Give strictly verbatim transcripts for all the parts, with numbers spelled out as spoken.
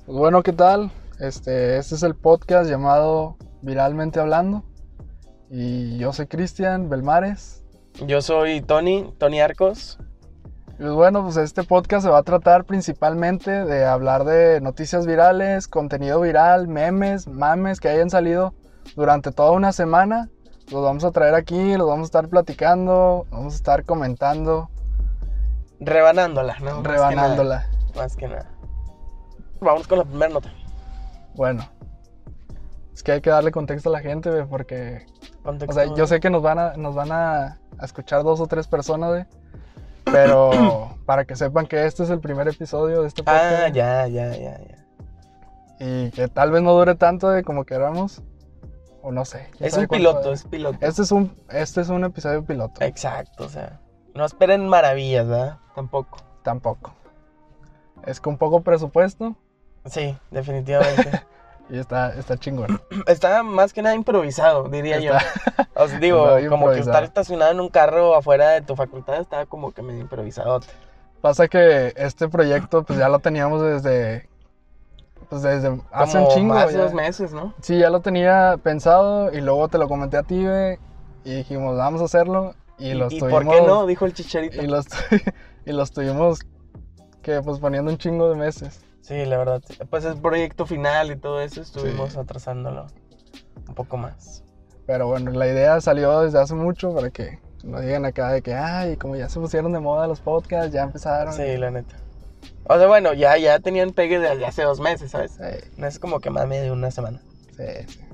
Pues bueno, ¿qué tal? Este, este es el podcast llamado Viralmente Hablando. Y yo soy Cristian Belmares. Yo soy Tony, Tony Arcos. Y pues bueno, pues este podcast se va a tratar principalmente de hablar de noticias virales, contenido viral, memes, mames que hayan salido durante toda una semana. Los vamos a traer aquí, los vamos a estar platicando, vamos a estar comentando. Rebanándola, ¿no? Rebanándola. Más que nada. Más que nada. Vamos con la primera nota. Bueno, es que hay que darle contexto a la gente, güey, porque... Contexto. O sea, yo sé que nos van a, nos van a, a escuchar dos o tres personas, güey. Pero para que sepan que este es el primer episodio de este podcast. Ah, ya, ya, ya, ya. Y que tal vez no dure tanto de como queramos. O no sé. Es un piloto, es piloto. Este es un, este es un episodio piloto. Exacto, o sea. No esperen maravillas, ¿verdad? Tampoco. Tampoco. Es con poco presupuesto. Sí, definitivamente. Y está, está chingón. Está más que nada improvisado, diría Está, yo. O sea, digo, está como que improvisado. estar estacionado en un carro afuera de tu facultad estaba como que medio improvisado. Pasa que este proyecto pues ya lo teníamos desde... Pues desde hace un chingo. Hace ya. dos meses, ¿no? Sí, ya lo tenía pensado y luego te lo comenté a ti, güey. Y dijimos, vamos a hacerlo. Y, ¿Y, los ¿y tuvimos... por qué no? Dijo el Chicharito. Y los, y los tuvimos que pues poniendo un chingo de meses. Sí, la verdad. Pues es proyecto final y todo eso, estuvimos Sí. atrasándolo un poco más. Pero bueno, la idea salió desde hace mucho para que no digan acá de que, ay, como ya se pusieron de moda los podcasts, ya empezaron. Sí, la neta. O sea, bueno, ya, ya tenían pegue desde hace dos meses, ¿sabes? Sí, No es como que más de una semana. sí, sí.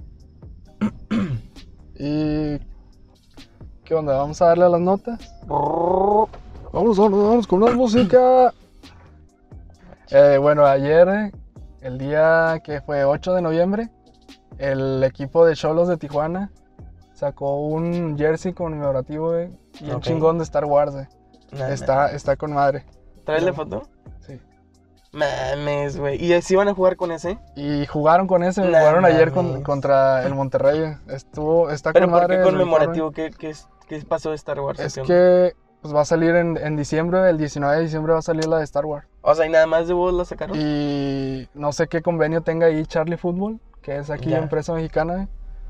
¿Y qué onda? ¿Vamos a darle a las notas? Vamos, vamos, vamos con la música. Eh, bueno, ayer, eh, el día que fue ocho de noviembre, el equipo de Xolos de Tijuana sacó un jersey conmemorativo, güey, y un Ok. chingón de Star Wars, güey. Nah, Está, nah. está con madre. ¿Traes la No. foto? Sí. Mames, güey. ¿Y si van a jugar con ese? Y jugaron con ese, Nah, jugaron ayer con- mames. contra el Monterrey. Estuvo, está ¿Pero con por madre. qué el conmemorativo? ¿Qué, qué, es- qué pasó de Star Wars? uniforme. Es ¿Qué onda? que pues, va a salir en, en diciembre, el diecinueve de diciembre va a salir la de Star Wars. O sea, ¿y nada más de vos la sacaron? Y no sé qué convenio tenga ahí Charlie Football, que es aquí Ya. empresa mexicana.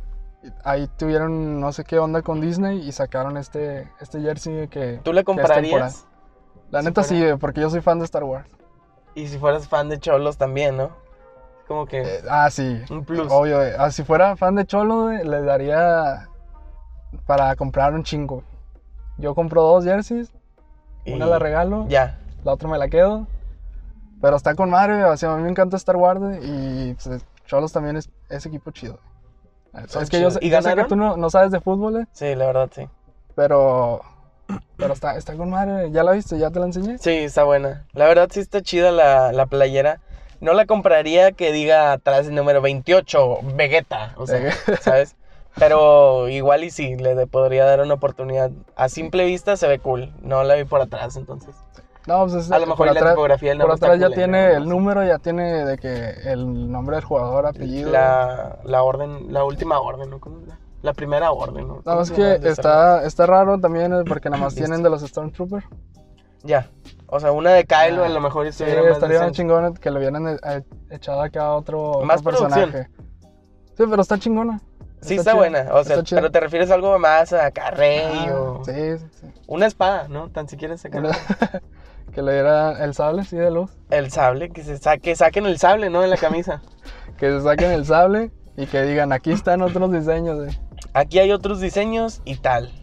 Ahí tuvieron no sé qué onda con Disney y sacaron este, este jersey que... ¿Tú le que es temporal. comprarías? La si neta fuera- sí, güey, porque yo soy fan de Star Wars. Y si fueras fan de Cholos también, ¿no? Como que Eh, ah, sí. un plus. Obvio, güey. Ah, si fuera fan de Cholo, güey, le daría para comprar un chingo. Yo compro dos jerseys, Y una la regalo, Ya. la otra me la quedo. Pero está con madre, güey. O sea, a mí me encanta Star Wars, güey, y pues, Cholos también es, es equipo chido. Son Es que yo, chidos. sé- ¿Y yo sé que ganaron? tú no, no sabes de fútbol, güey, Sí, la verdad, sí. pero, pero está, está con madre, güey. ¿Ya la viste? ¿Ya te la enseñé? Sí, está buena. La verdad sí está chida la, la playera. No la compraría que diga atrás el número veintiocho, Vegeta, o sea, ¿sabes? Pero igual y sí, le de- podría dar una oportunidad. A simple vista se ve cool. No la vi por atrás, entonces. No, pues es, A lo mejor por y la atrás, tipografía del por nombre está atrás ya culera, tiene ¿no? el número, ya tiene de que el nombre del jugador, apellido. La, la orden, la última orden, ¿no? ¿Cómo es la? La primera orden, ¿no? No, ¿Cómo es se que llama? De Star está, está raro también eh, porque nada más Listo. tienen de los Stormtroopers. Wars. Ya. O sea, una de Kylo Ah, a lo mejor Sí, estuviera más estaría más decente. chingón que le hubieran eh, eh, echado acá a otro, Más otro personaje. producción. Sí, pero está chingona. Sí, está, chida, buena. O sea, está chida. pero te refieres a algo más acá, rey Ah, o... sí, sí, sí. Una espada, ¿no? Tan siquiera sacar Una- que le diera el sable, sí, de luz. el sable, que se saque, saquen el sable, ¿no? De la camisa. Que se saquen el sable y que digan, aquí están otros diseños. eh. Aquí hay otros diseños y tal.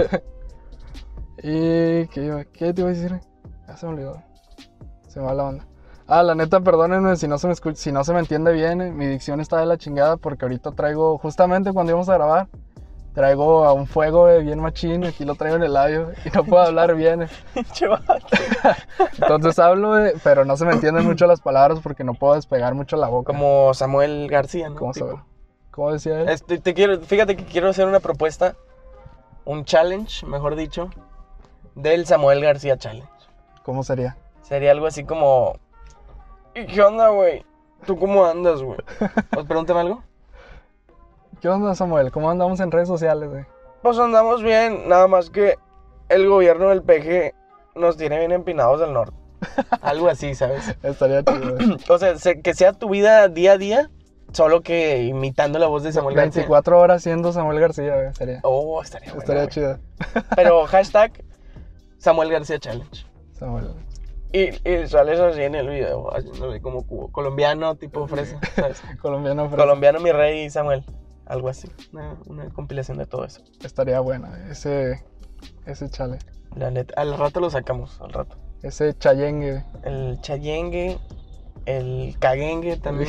¿Y qué, iba- qué te iba a decir? Ya se me olvidó. Se me va la onda. Ah, la neta, perdónenme si no se me, escu- si no se me entiende bien. eh, Mi dicción está de la chingada porque ahorita traigo, justamente cuando íbamos a grabar, traigo a un fuego eh, bien machín. Aquí lo traigo en el labio y no puedo hablar bien. eh. Chaval. Entonces hablo, eh, pero no se me entienden mucho las palabras porque no puedo despegar mucho la boca. Como Samuel García, ¿no? ¿Cómo, se- Tipo. ¿Cómo decía él? Este, te quiero, fíjate que quiero hacer una propuesta, un challenge, mejor dicho, del Samuel García Challenge. ¿Cómo sería? Sería algo así como... ¿Y qué onda, güey? ¿Tú cómo andas, güey? ¿Os pregúntame algo? ¿Qué onda, Samuel? ¿Cómo andamos en redes sociales, güey? Pues andamos bien, nada más que el gobierno del P G nos tiene bien empinados al norte. Algo así, ¿sabes? Estaría chido, güey. O sea, se- que sea tu vida día a día, solo que imitando la voz de Samuel García. veinticuatro horas siendo Samuel García, güey. Sería, Oh, estaría bueno, estaría güey. chido. Pero hashtag Samuel García Challenge. Samuel. Y, y sales así en el video, haciéndole como cubo. Colombiano, tipo fresa, ¿sabes? Colombiano fresa. Colombiano, mi rey Samuel. Algo así. Una, una compilación de todo eso. Estaría bueno, ese, ese chale. La neta. Al rato lo sacamos, al rato. Ese chayengue. El chayengue, el caguengue también.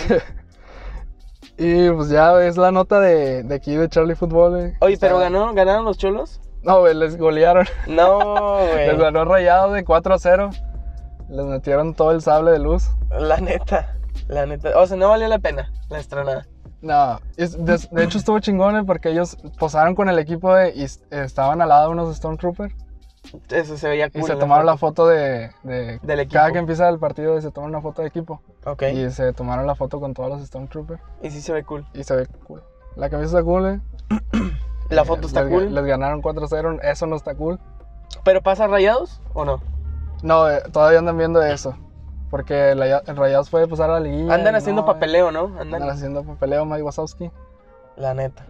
Y pues ya es la nota de, de aquí de Charlie Fútbol, güey. Oye, O sea, pero ganó, ¿ganaron los cholos? No, güey, les golearon. No, Les güey. ganó Rayado de cuatro a cero. Les metieron todo el sable de luz. La neta. La neta. O sea, no valió la pena la estrenada. No, es- de, de hecho estuvo chingón, güey, porque ellos posaron con el equipo de, y s- estaban al lado de unos Stormtroopers. Eso se veía cool. Y se en tomaron la foto. foto de, de Del equipo. cada que empieza el partido se toman una foto de equipo. Ok. Y se tomaron la foto con todos los Stormtroopers. Y sí se ve cool. Y se ve cool. La camisa está cool, güey. La Eh, foto está les, cool. Les ganaron cuatro a cero, eso no está cool. ¿Pero pasa Rayados o no? No, eh, todavía andan viendo eso. Porque el, Raya- el Rayados fue pasar a la liguilla. Andan y haciendo no, papeleo, ¿no? Andan, Andan. haciendo papeleo, Mike Wazowski. La neta.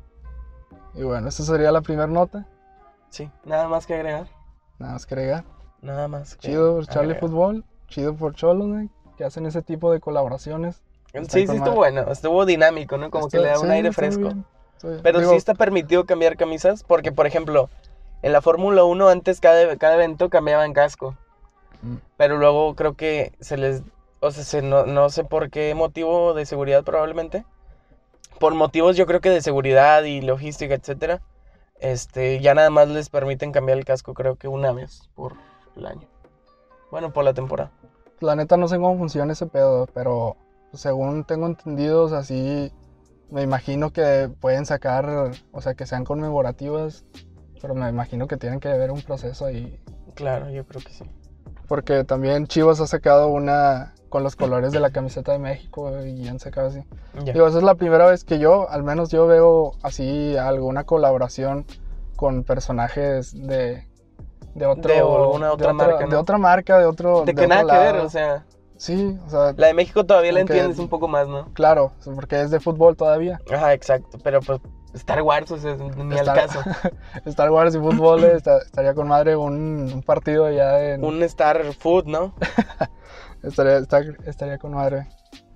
Y bueno, esa sería la primera nota. Sí. Nada más que agregar. Nada más que agregar. Nada más que Chido por Charlie agregar. Fútbol. Chido por Cholos, güey. Que hacen ese tipo de colaboraciones. Está Sí, con sí estuvo madre. bueno. Estuvo dinámico, ¿no? Como que le da un Sí, aire está fresco. bien, está bien. Pero Digo, sí está permitido cambiar camisas. Porque, por ejemplo, en la Fórmula uno antes cada, cada evento cambiaban casco. mm, Pero luego creo que se les... O sea, se, no, no sé por qué motivo de seguridad probablemente. Por motivos yo creo que de seguridad y logística, etcétera. Este, ya nada más les permiten cambiar el casco creo que una vez por el año. Bueno, por la temporada. La neta no sé cómo funciona ese pedo, pero según tengo entendido, o sea, sí, me imagino que pueden sacar, o sea, que sean conmemorativas, pero me imagino que tienen que haber un proceso ahí. Claro, yo creo que sí. Porque también Chivas ha sacado una con los colores de la camiseta de México y han sacado así. Ya. Digo, esa es la primera vez que yo, al menos yo veo así alguna colaboración con personajes de, de otro... De alguna otra marca, ¿no? De otra marca, de otro... De que otro nada que ver, lado. o sea, Sí, o sea, la de México todavía la Aunque- entiendes un poco más, ¿no? claro, porque es de fútbol todavía. Ajá, exacto, pero pues Star Wars, o sea, ni al Star- caso. Star Wars y fútbol eh, está- estaría con madre un, un partido allá en... Un Star Food, ¿no? Estaría, esta- estaría con madre.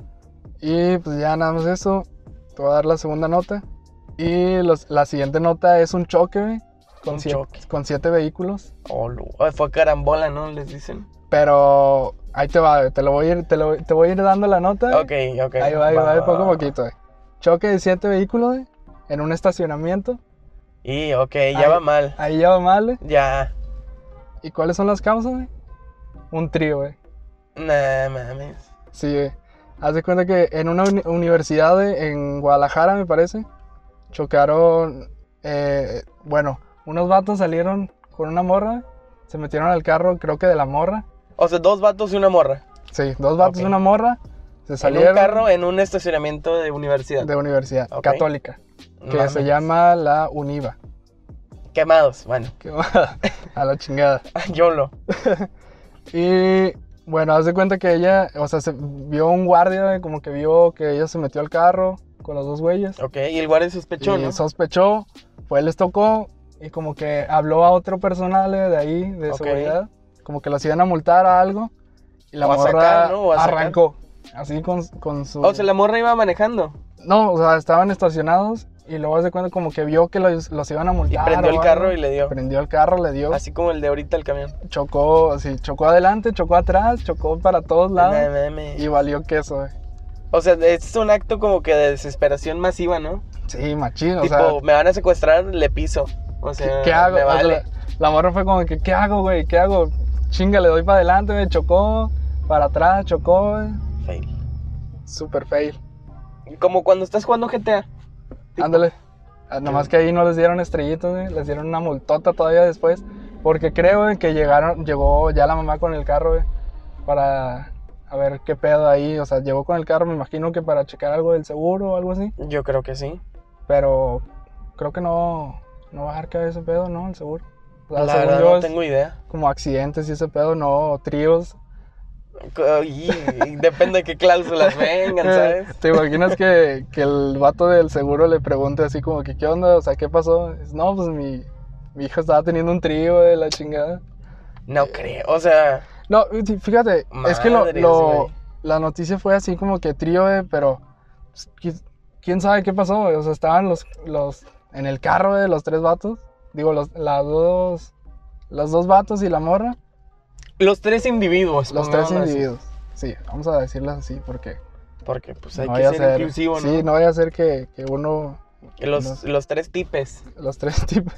Y pues ya nada más eso. Te voy a dar la segunda nota. Y los- la siguiente nota es un choque, güey, Con, Un siete, choque. con siete vehículos. Oh, lo- oh, fue carambola, ¿no? Les dicen. Pero ahí te va, güey, te lo voy a ir, te lo- te voy a ir dando la nota. güey. Ok, ok. Ahí va, ahí va, va, poco a va. poquito. güey. Choque de siete vehículos, güey, en un estacionamiento. Y, ok, ya Ahí- va mal. Ahí ya va mal, güey. Ya. ¿Y cuáles son las causas, güey? Un trío, güey. Nah, mames. Sí, güey. Haz de cuenta que en una uni- universidad de- en Guadalajara, me parece, chocaron, eh, bueno, unos vatos salieron con una morra, se metieron al carro, creo que de la morra. O sea, dos vatos y una morra. Sí, dos vatos y Ok. una morra, se salieron En un carro en un estacionamiento de universidad. de universidad Ok. católica, que Mames. se llama la UNIVA. Quemados, bueno. Que va a la chingada. YOLO. Y bueno, haz de cuenta que ella, o sea, se vio un guardia, güey, como que vio que ella se metió al carro con los dos güeyes. Ok, y el guardia sospechó, y ¿no? sospechó, pues les tocó y como que habló a otro personal eh, de ahí, de Ok. seguridad, como que los iban a multar a algo y la O a morra sacar, ¿no? O a sacar. arrancó, así con, con su... O sea, la morra iba manejando No, o sea, estaban estacionados y luego se cuenta como que vio que los, los iban a y multar. prendió o el carro algo. y le dio. Prendió el carro, le dio, Así como el de ahorita el camión. chocó, sí, chocó adelante, chocó atrás, chocó para todos lados Nah, mames. y valió queso, güey. O sea, es un acto como que de desesperación masiva, ¿no? Sí, machín, o tipo, sea... me van a secuestrar, le piso. O ¿Qué, sea, qué hago? me O sea, vale. la, la morra fue como que, ¿qué hago, güey? ¿Qué hago? Chinga, le doy para adelante, me chocó, para atrás, chocó, güey. Fail. Super fail. Como cuando estás jugando G T A. Tipo, Ándale. Ah, nomás que ahí no les dieron estrellitos, güey. Les dieron una multota todavía después. Porque creo, güey, que llegaron, llegó ya la mamá con el carro, güey, para a ver qué pedo ahí. O sea, llegó con el carro, me imagino que para checar algo del seguro o algo así. Yo creo que sí. Pero creo que no, no va a dejar caer ese pedo, ¿no? El seguro. O sea, La según verdad yo no es tengo idea. como accidentes y ese pedo, no tríos. Y, y depende de qué cláusulas vengan, ¿sabes? ¿Te imaginas que, que el vato del seguro le pregunte así como que qué onda? O sea, ¿qué pasó? No, pues mi, mi hija estaba teniendo un trío de la chingada. No eh, creo, o sea... No, fíjate, madres, es que lo, lo la noticia fue así como que trío, güey, pero pues, quién sabe qué pasó, güey. O sea, estaban los, los en el carro, güey, los tres vatos. Digo, los, las dos, los dos vatos y la morra. Los tres individuos. Los tres individuos, así. Sí, vamos a decirlas así porque... Porque pues hay no que ser, ser inclusivo, ¿no? Sí, no vaya a ser que, que uno... Que los, los, los tres tipes. Los tres tipes.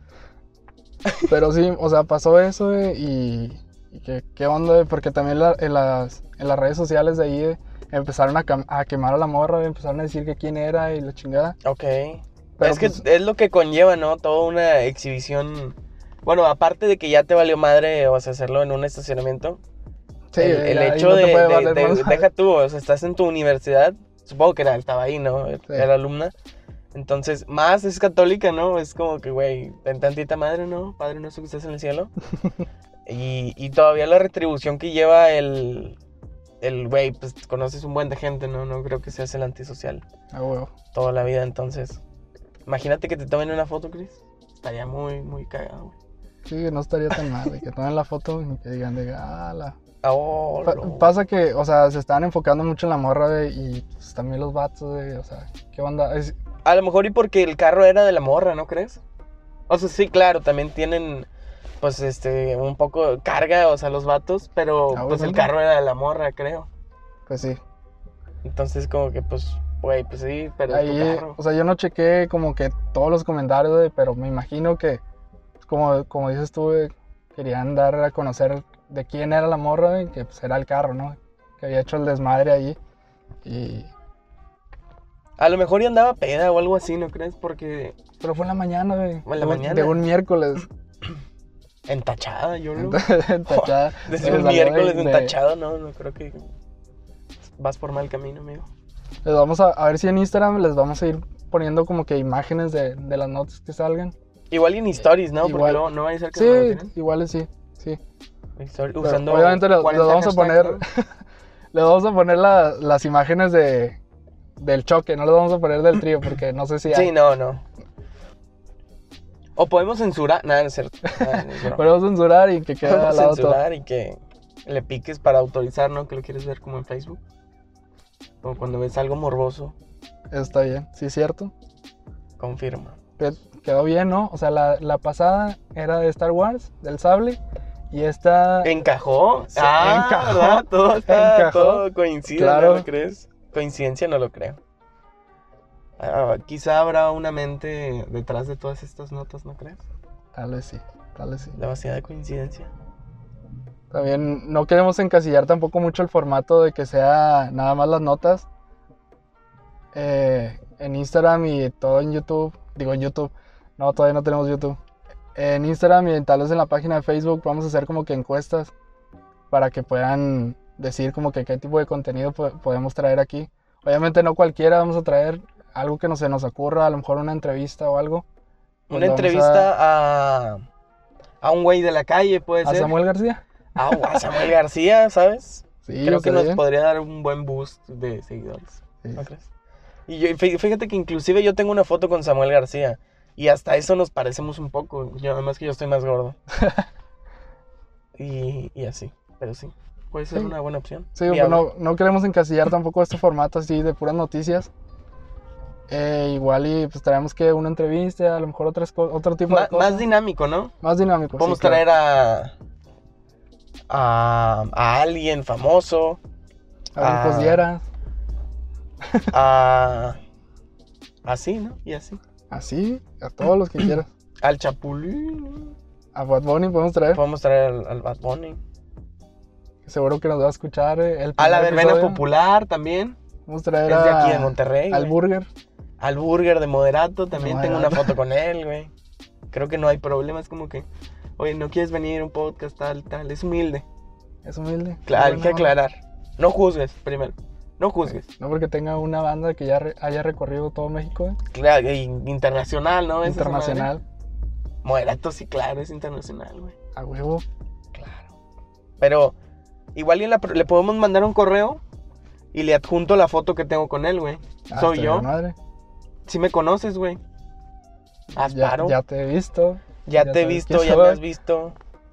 Pero sí, o sea, pasó eso, güey, y... y que, ¿qué onda, güey? Porque también la, en, las, en las redes sociales de ahí, güey, empezaron a, a quemar a la morra, güey, empezaron a decir que quién era y la chingada. Ok. Pero es pues, que es lo que conlleva, ¿no? Toda una exhibición... Bueno, aparte de que ya te valió madre, o sea, hacerlo en un estacionamiento. Sí, el, el hecho no de, de, de deja tú, o sea, estás en tu universidad, supongo que era, estaba ahí, ¿no? Sí. Era alumna. Entonces, más es católica, ¿no? Es como que, güey, ten tantita madre, ¿no? Padre nuestro que estás en el cielo. y, y todavía la retribución que lleva el, el güey, pues conoces un buen de gente, ¿no? No creo que seas el antisocial. Ah, huevo. Toda la vida, entonces. Imagínate que te tomen una foto, Chris. Estaría muy, muy cagado, güey. Sí, que no estaría tan mal, que tomen la foto y que digan de, ah, la... Oh, pa- no. Pasa que, o sea, se están enfocando mucho en la morra, güey, y pues, también los vatos, güey, o sea, ¿qué onda? Es... A lo mejor y porque el carro era de la morra, ¿no crees? O sea, sí, claro, también tienen, pues, este, un poco carga, o sea, los vatos, pero, ah, pues, el carro era de la morra, creo. Pues sí. Entonces, como que, pues, güey, pues sí, pero ahí, es tu carro. O sea, yo no chequé como que todos los comentarios, güey, pero me imagino que, como, como dices tú, güey, querían dar a conocer de quién era la morra, güey, que pues era el carro, ¿no? Que había hecho el desmadre ahí y... A lo mejor ya andaba peda o algo así, ¿no crees? Porque... Pero fue en la mañana, güey. ¿En la de, mañana? De un miércoles. Entachada, yo no. Entachada. Oh, desde un miércoles de... entachado, no, no creo que... Vas por mal camino, amigo. Les vamos a, a ver si en Instagram les vamos a ir poniendo como que imágenes de, de las notas que salgan. Igual y en stories, ¿no? Igual. Porque no, no va a ser que sí, no lo tienen. Igual sí, sí. Story, usando obviamente les, les vamos a poner, ¿no? Les vamos a poner la, las imágenes de del choque, no les vamos a poner del trío porque no sé si hay. Sí, no, no. O podemos censurar, nada, no es cierto. Nada, no es cierto. Podemos censurar y que quede podemos al lado censurar todo. Y que le piques para autorizar, ¿no? Que lo quieres ver como en Facebook. O cuando ves algo morboso. Está bien, sí es cierto. Confirma. Quedó bien, ¿no? O sea, la, la pasada era de Star Wars, del sable. Y esta... ¿Encajó? Sí, ah, encajó. ¿verdad? Todo está, Encajó. todo coincide, Claro. ¿no lo crees? Coincidencia no lo creo. Ah, quizá habrá una mente detrás de todas estas notas, ¿no crees? Tal vez sí, tal vez sí. Demasiada coincidencia. También no queremos encasillar tampoco mucho el formato de que sea nada más las notas. Eh, en Instagram y todo en YouTube. Digo en YouTube. No, todavía no tenemos YouTube. En Instagram y tal vez en la página de Facebook vamos a hacer como que encuestas para que puedan decir como que qué tipo de contenido po- podemos traer aquí. Obviamente no cualquiera, vamos a traer algo que no se nos ocurra, a lo mejor una entrevista o algo. Pues Una entrevista a... a... a un güey de la calle, puede ¿A ser. Samuel García? Ah, a Samuel García, ¿sabes? Sí, Creo que está nos bien. podría dar un buen boost de seguidores. Sí. ¿No crees? Y yo, fí- fíjate que inclusive yo tengo una foto con Samuel García. Y hasta eso nos parecemos un poco. Yo, además que yo estoy más gordo. y, y así. Pero sí, puede ser Sí. una buena opción. Sí, pues no, no queremos encasillar tampoco este formato así de puras noticias. Eh, igual y pues traemos que una entrevista, a lo mejor otras co- otro tipo Ma- de cosas. más dinámico, ¿no? Más dinámico. Podemos sí, claro. traer a, a... a alguien famoso. A a- Rufus Lleras. A... Así, ¿no? Y así. Así, a todos los que quieras. Al Chapulín. A Bad Bunny podemos traer. Podemos traer al, al Bad Bunny. Seguro que nos va a escuchar. eh, El A la primer verbena episodio. popular también. Vamos a traer Es de a- aquí de Monterrey. al güey. Burger. Al Burger de Moderato. También De tengo una Moderato. foto con él, güey. Creo que no hay problema. Es como que, oye, ¿no quieres venir a un podcast tal, tal? Es humilde. Es humilde. Claro, hay Buena que onda. aclarar. No juzgues, primero. No juzgues. No porque tenga una banda que ya re- haya recorrido todo México. eh, Claro, y internacional, ¿no? Esa es su madre. Internacional. Moderato sí, claro, es internacional, güey. A huevo. Claro. Pero, Igual y la, le podemos mandar un correo y le adjunto la foto que tengo con él, güey. Ah, Soy yo. Madre. Si me conoces, güey. Asparo. Ya, ya te he visto. Ya, ya te he visto, ya soy. Me has visto.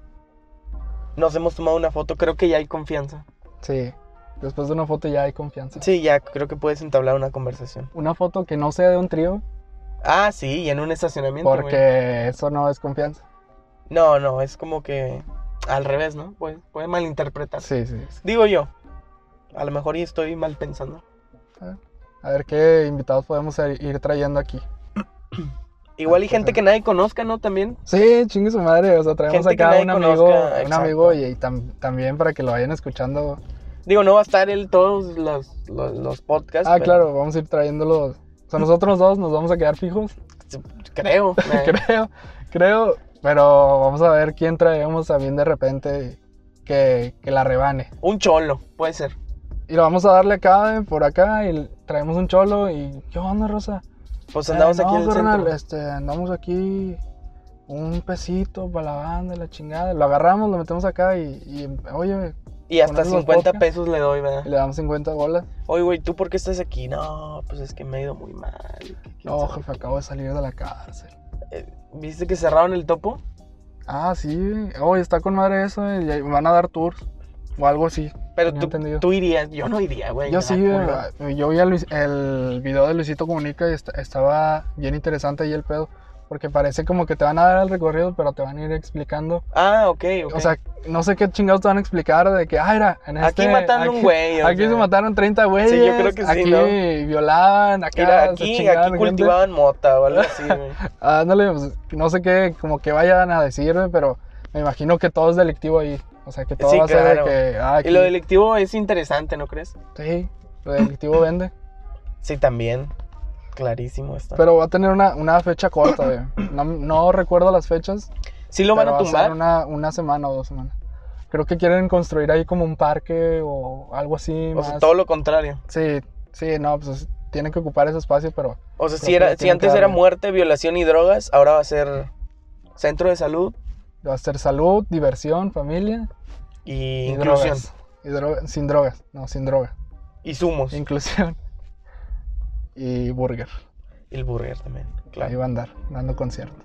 Nos hemos tomado una foto, creo que ya hay confianza. Sí, después de una foto ya hay confianza. Sí, ya creo que puedes entablar una conversación. Una foto que no sea de un trío. Ah, sí, y en un estacionamiento, porque güey. Eso no es confianza. No, no, es como que al revés, ¿no? Puede, puede malinterpretar. Sí, sí, sí. Digo yo, a lo mejor y estoy mal pensando. A ver, a ver qué invitados podemos ir trayendo aquí. Igual hay gente que nadie conozca, ¿no? También. Sí, chingue su madre. O sea, traemos gente acá un amigo, conozca, un amigo y, y tam, también para que lo vayan escuchando. Digo, no va a estar él todos los, los, los podcasts. Ah, pero... claro, vamos a ir trayéndolos. O sea, nosotros dos nos vamos a quedar fijos. Creo. creo, creo. Pero vamos a ver quién traemos también de repente que, que la rebane. Un cholo, puede ser. Y lo vamos a darle acá, por acá, y traemos un cholo y... ¿Qué onda, Rosa? Pues andamos eh, no, aquí en el carnal, centro. Este, andamos aquí un pesito para la banda, la chingada. Lo agarramos, lo metemos acá y, y oye... Y hasta cincuenta pesos le doy, ¿verdad? Y le damos cincuenta bolas. Oye, güey, ¿tú por qué estás aquí? No, pues es que me ha ido muy mal. No, jefe, acabo de salir de la cárcel. Eh, ¿Viste que cerraron el Topo? Ah, sí. Oye, está con madre eso. Y van a dar tours o algo así. Pero tú, tú irías, yo no iría, güey. Yo sí, güey. Yo vi el, el video de Luisito Comunica y est estaba bien interesante ahí el pedo. Porque parece como que te van a dar el recorrido, pero te van a ir explicando. Ah, ok, ok. O sea, no sé qué chingados te van a explicar de que, ah, era, en este... Aquí mataron aquí, un güey. Aquí sea, se mataron treinta güeyes. Sí, yo creo que sí, aquí ¿no? violaban, acá Mira, aquí, se aquí cultivaban gente. Mota o algo así, güey. Ándale, pues, no sé qué, como que vayan a decirme, pero me imagino que todo es delictivo ahí. O sea, que todo sí, va a ser claro. de que... Ah, aquí... Y lo delictivo es interesante, ¿no crees? Sí, lo delictivo vende. Sí, también. Clarísimo está. Pero va a tener una, una fecha corta, güey. No, no recuerdo las fechas. ¿Sí lo van a tumbar? Va a ser una, una semana o dos semanas. Creo que quieren construir ahí como un parque o algo así. O más. sea, todo lo contrario. Sí, sí, no, pues tienen que ocupar ese espacio, pero... O sea, si, era, si antes era muerte, violación y drogas, ahora va a ser centro de salud. Va a ser salud, diversión, familia. Y, y inclusión. Drogas. Y droga, sin drogas, no, sin droga. Y zumos. Inclusión. Y burger. Y el burger también, claro. Ahí va a andar, dando concierto.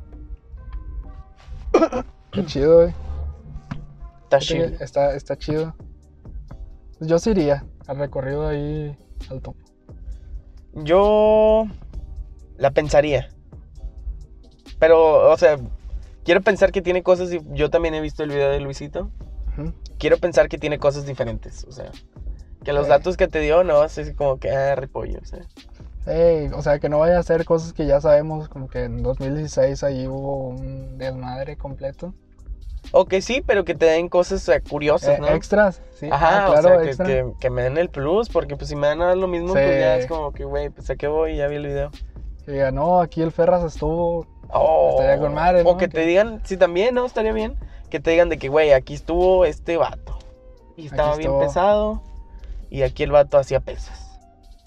Qué chido, güey. Está chido. Está, está chido. Pues yo sí iría al recorrido ahí al Topo. Yo la pensaría. Pero, o sea, quiero pensar que tiene cosas... Yo también he visto el video de Luisito. Uh-huh. Quiero pensar que tiene cosas diferentes, o sea... Que los datos que te dio, no, es así como que, ah, repollo, o sea. Hey, o sea, que no vaya a ser cosas que ya sabemos, como que en dos mil dieciséis ahí hubo un desmadre completo. O que sí, pero que te den cosas o sea, curiosas, eh, ¿no? Extras, sí. Ajá, ah, claro, o sea, extra. que, que, que me den el plus, porque pues si me dan a dar lo mismo, sí. pues ya es como que, güey, pues a qué voy, ya vi el video. Que diga, no, aquí el Ferraz estuvo, oh, estaría con madre, ¿no? O que, que te digan, sí, también, ¿no? Estaría bien, que te digan de que, güey, aquí estuvo este vato, y estaba bien pesado. Y aquí el vato hacía pesas.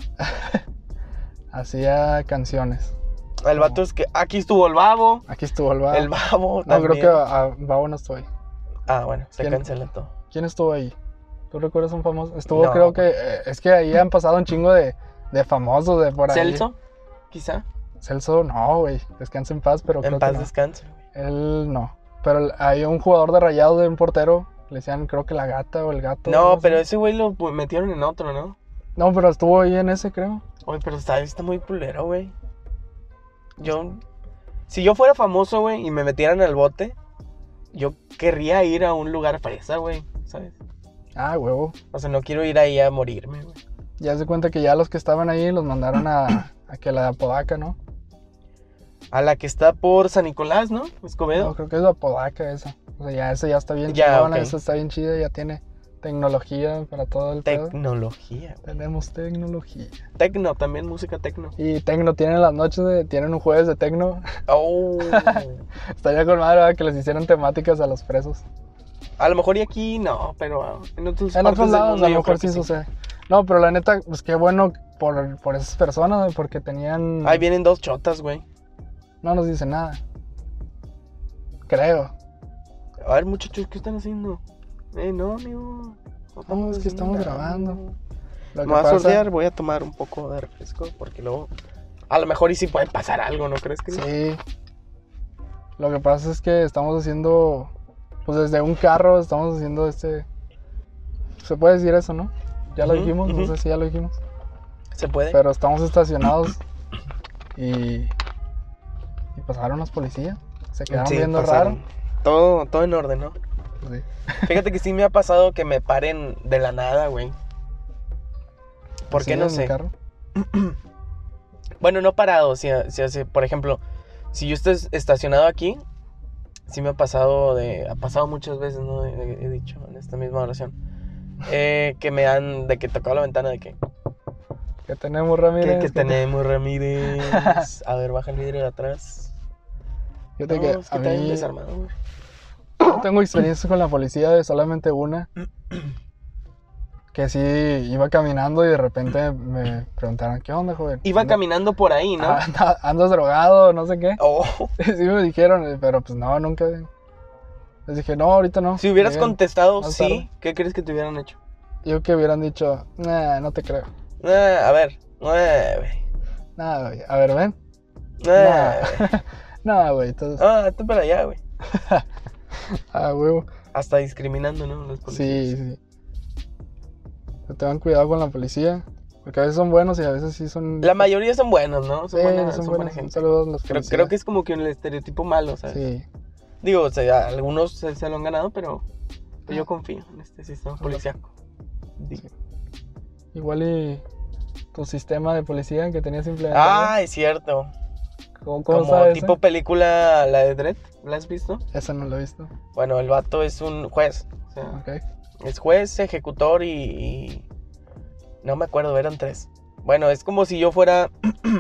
Hacía canciones. El vato es que aquí estuvo el babo. Aquí estuvo el babo. El babo No, también. creo que a, a babo no estoy. Ah, bueno, se cancela todo. ¿Quién estuvo ahí? ¿Tú recuerdas un famoso? Estuvo, no, creo que... Eh, es que ahí han pasado un chingo de, de famosos de por ahí. ¿Celso? Quizá. Celso, no, güey. Descansa en paz, pero en creo paz que no. descanse. Él no. Pero hay un jugador de Rayado de un portero. Le decían, creo que la gata o el gato. No, no pero sé. ese güey lo metieron en otro, ¿no? No, pero estuvo ahí en ese, creo. Oye, pero está, está muy culero, güey. Yo... Si yo fuera famoso, güey, y me metieran al bote, yo querría ir a un lugar fresa, güey, ¿sabes? Ah, huevo. O sea, no quiero ir ahí a morirme, güey. Ya se cuenta que ya los que estaban ahí los mandaron a, a que la de Apodaca, ¿no? A la que está por San Nicolás, ¿no? Escobedo. No, creo que es la Apodaca esa. O sea, ya esa ya está bien ya, chingona, okay. esa está bien chida, ya tiene tecnología para todo el pedo. Tecnología. Güey. Tenemos tecnología. Tecno, también música tecno. Y tecno, tienen las noches, de, tienen un jueves de tecno. Oh. Estaría con madre, ¿verdad? Que les hicieran temáticas a los presos. A lo mejor y aquí no, pero en otros, en otros lados mundo, a lo mejor sí sí. sucede. No, pero la neta, pues qué bueno por, por esas personas, güey, porque tenían... Ahí vienen dos chotas, güey. No nos dicen nada. Creo. A ver, muchachos, ¿qué están haciendo? Eh, no, amigo. No, es que estamos grabando. Lo Me voy a sordear, voy a tomar un poco de refresco porque luego a lo mejor y sí puede pasar algo, ¿no crees que sí? Lo que pasa es que estamos haciendo, pues desde un carro estamos haciendo este, se puede decir eso, ¿no? Ya lo uh-huh, dijimos, uh-huh. no sé si ya lo dijimos. Se puede. Pero estamos estacionados y, y pasaron los policías, se quedaron sí, viendo pasaron. raro. Todo, todo en orden, ¿no? Sí. Fíjate que sí me ha pasado que me paren de la nada, güey. ¿Por qué? No en sé. el carro? Bueno, no parado, si, si, si, por ejemplo, si yo estoy estacionado aquí, sí me ha pasado de, ha pasado muchas veces, ¿no? He, he dicho en esta misma oración, eh, que me han, de que tocado la ventana de que... Que tenemos Ramírez. Que, que, que tenemos Ramírez. A ver, baja el vidrio de atrás. Yo te no, que es que a está bien mí... desarmado, güey. Yo tengo experiencia con la policía de solamente una. Que sí, iba caminando y de repente me preguntaron, ¿qué onda, joven? Iba ¿Ando, caminando por ahí, ¿no? ando, ¿Andas drogado? No sé qué. Oh. Sí me dijeron, pero pues no, nunca. Les dije, no, ahorita no. Si hubieras Lleguen contestado más sí, tarde. ¿qué crees que te hubieran hecho? Yo que hubieran dicho, nah, no te creo. Eh, a ver, nueve. Nada, güey. A ver, ven. Nueve. Nada, güey. Entonces... Ah, tú para allá, güey. Ah, huevo. Hasta discriminando, ¿no? Los policías. Sí, sí. Que tengan cuidado con la policía. Porque a veces son buenos y a veces sí son... La mayoría son buenos, ¿no? Son sí, buena, son son buena buenos. gente. Saludos a los Creo, policías. creo que es como que un estereotipo malo, ¿sabes? Sí. Digo, o sea, algunos se, se lo han ganado, pero yo confío en este sistema policíaco. Sí. Igual y tu sistema de policía que tenías implementado. Ah, es cierto. ¿Cómo, cómo Como sabes, tipo eh? película, la de Dredd, ¿la has visto? Esa no la he visto. Bueno, el vato es un juez. O sea, Ok. es juez, ejecutor y, y... No me acuerdo, eran tres. Bueno, es como si yo fuera...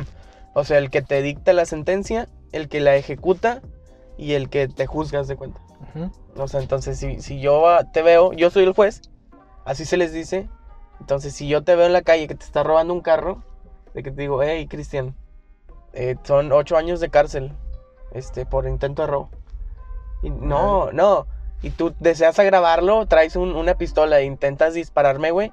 o sea, el que te dicta la sentencia, el que la ejecuta y el que te juzgas de cuenta. Uh-huh. O sea, entonces si, si yo te veo, yo soy el juez, así se les dice. Entonces si yo te veo en la calle que te está robando un carro, de que te digo, hey, Cristian, eh, son ocho años de cárcel este, por intento de robo. Y no, uh-huh. no. Y tú deseas agravarlo, traes un, una pistola e intentas dispararme, güey.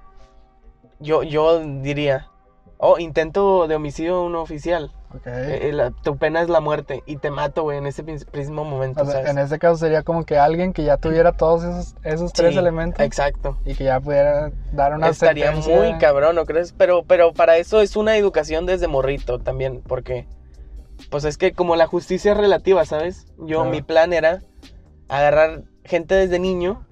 Yo, yo diría, oh, intento de homicidio a un oficial. Ok. Eh, la, tu pena es la muerte y te mato, güey, en ese mismo momento, O sea, ¿sabes? en este caso sería como que alguien que ya tuviera todos esos, esos tres Sí, elementos. Exacto. Y que ya pudiera dar una Estaría sentencia. muy cabrón, ¿no crees? Pero, pero para eso es una educación desde morrito también, porque pues es que como la justicia es relativa, ¿sabes? Yo, Claro. Mi plan era agarrar gente desde niño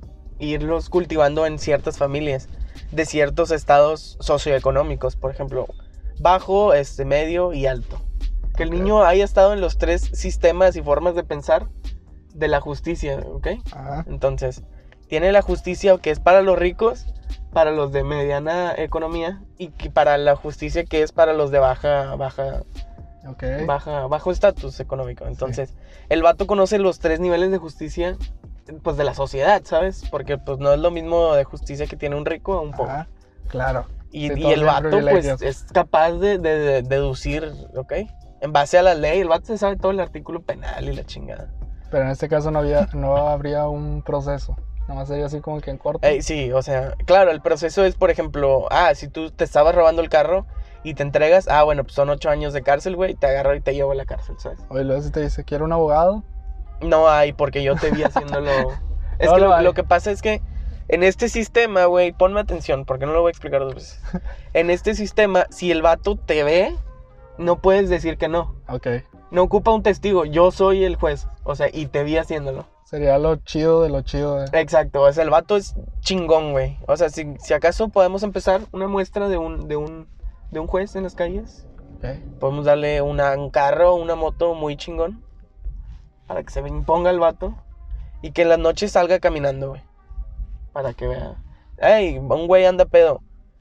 e irlos cultivando en ciertas familias de ciertos estados socioeconómicos, por ejemplo, bajo, este, medio y alto. Que el Ok. niño haya estado en los tres sistemas y formas de pensar de la justicia, ¿ok? Ajá. Entonces, tiene la justicia que es para los ricos, para los de mediana economía y que para la justicia que es para los de baja, baja, Ok. baja, bajo estatus económico. Entonces, sí. El vato conoce los tres niveles de justicia, pues, de la sociedad, ¿sabes? Porque, pues, no es lo mismo de justicia que tiene un rico a un pobre. Ajá. Claro. Y, Sí, y todos el tienen vato, pues, privilegios. es capaz de, de, de deducir, ¿ok? En base a la ley, el vato se sabe todo el artículo penal y la chingada. Pero en este caso no había, no habría un proceso. Nada más sería así como que en corto. Eh, sí, o sea, claro, el proceso es, por ejemplo, ah, si tú te estabas robando el carro y te entregas, ah, bueno, pues son ocho años de cárcel, güey, te agarro y te llevo a la cárcel, ¿sabes? Oye, luego si te dice, quiero un abogado. No hay, porque yo te vi haciéndolo. Es No, que no lo, hay. lo que pasa es que en este sistema, güey, ponme atención, porque no lo voy a explicar dos veces. En este sistema, si el vato te ve, no puedes decir que no. Ok. No ocupa un testigo, yo soy el juez, o sea, y te vi haciéndolo. Sería lo chido de lo chido. De... Exacto, o sea, el vato es chingón, güey. O sea, si, si acaso podemos empezar una muestra de un, de un, de un juez en las calles, Ok. podemos darle una, un carro, una moto muy chingón, para que se imponga el vato, y que en las noches salga caminando, güey, para que vea. Ey, un güey anda pedo,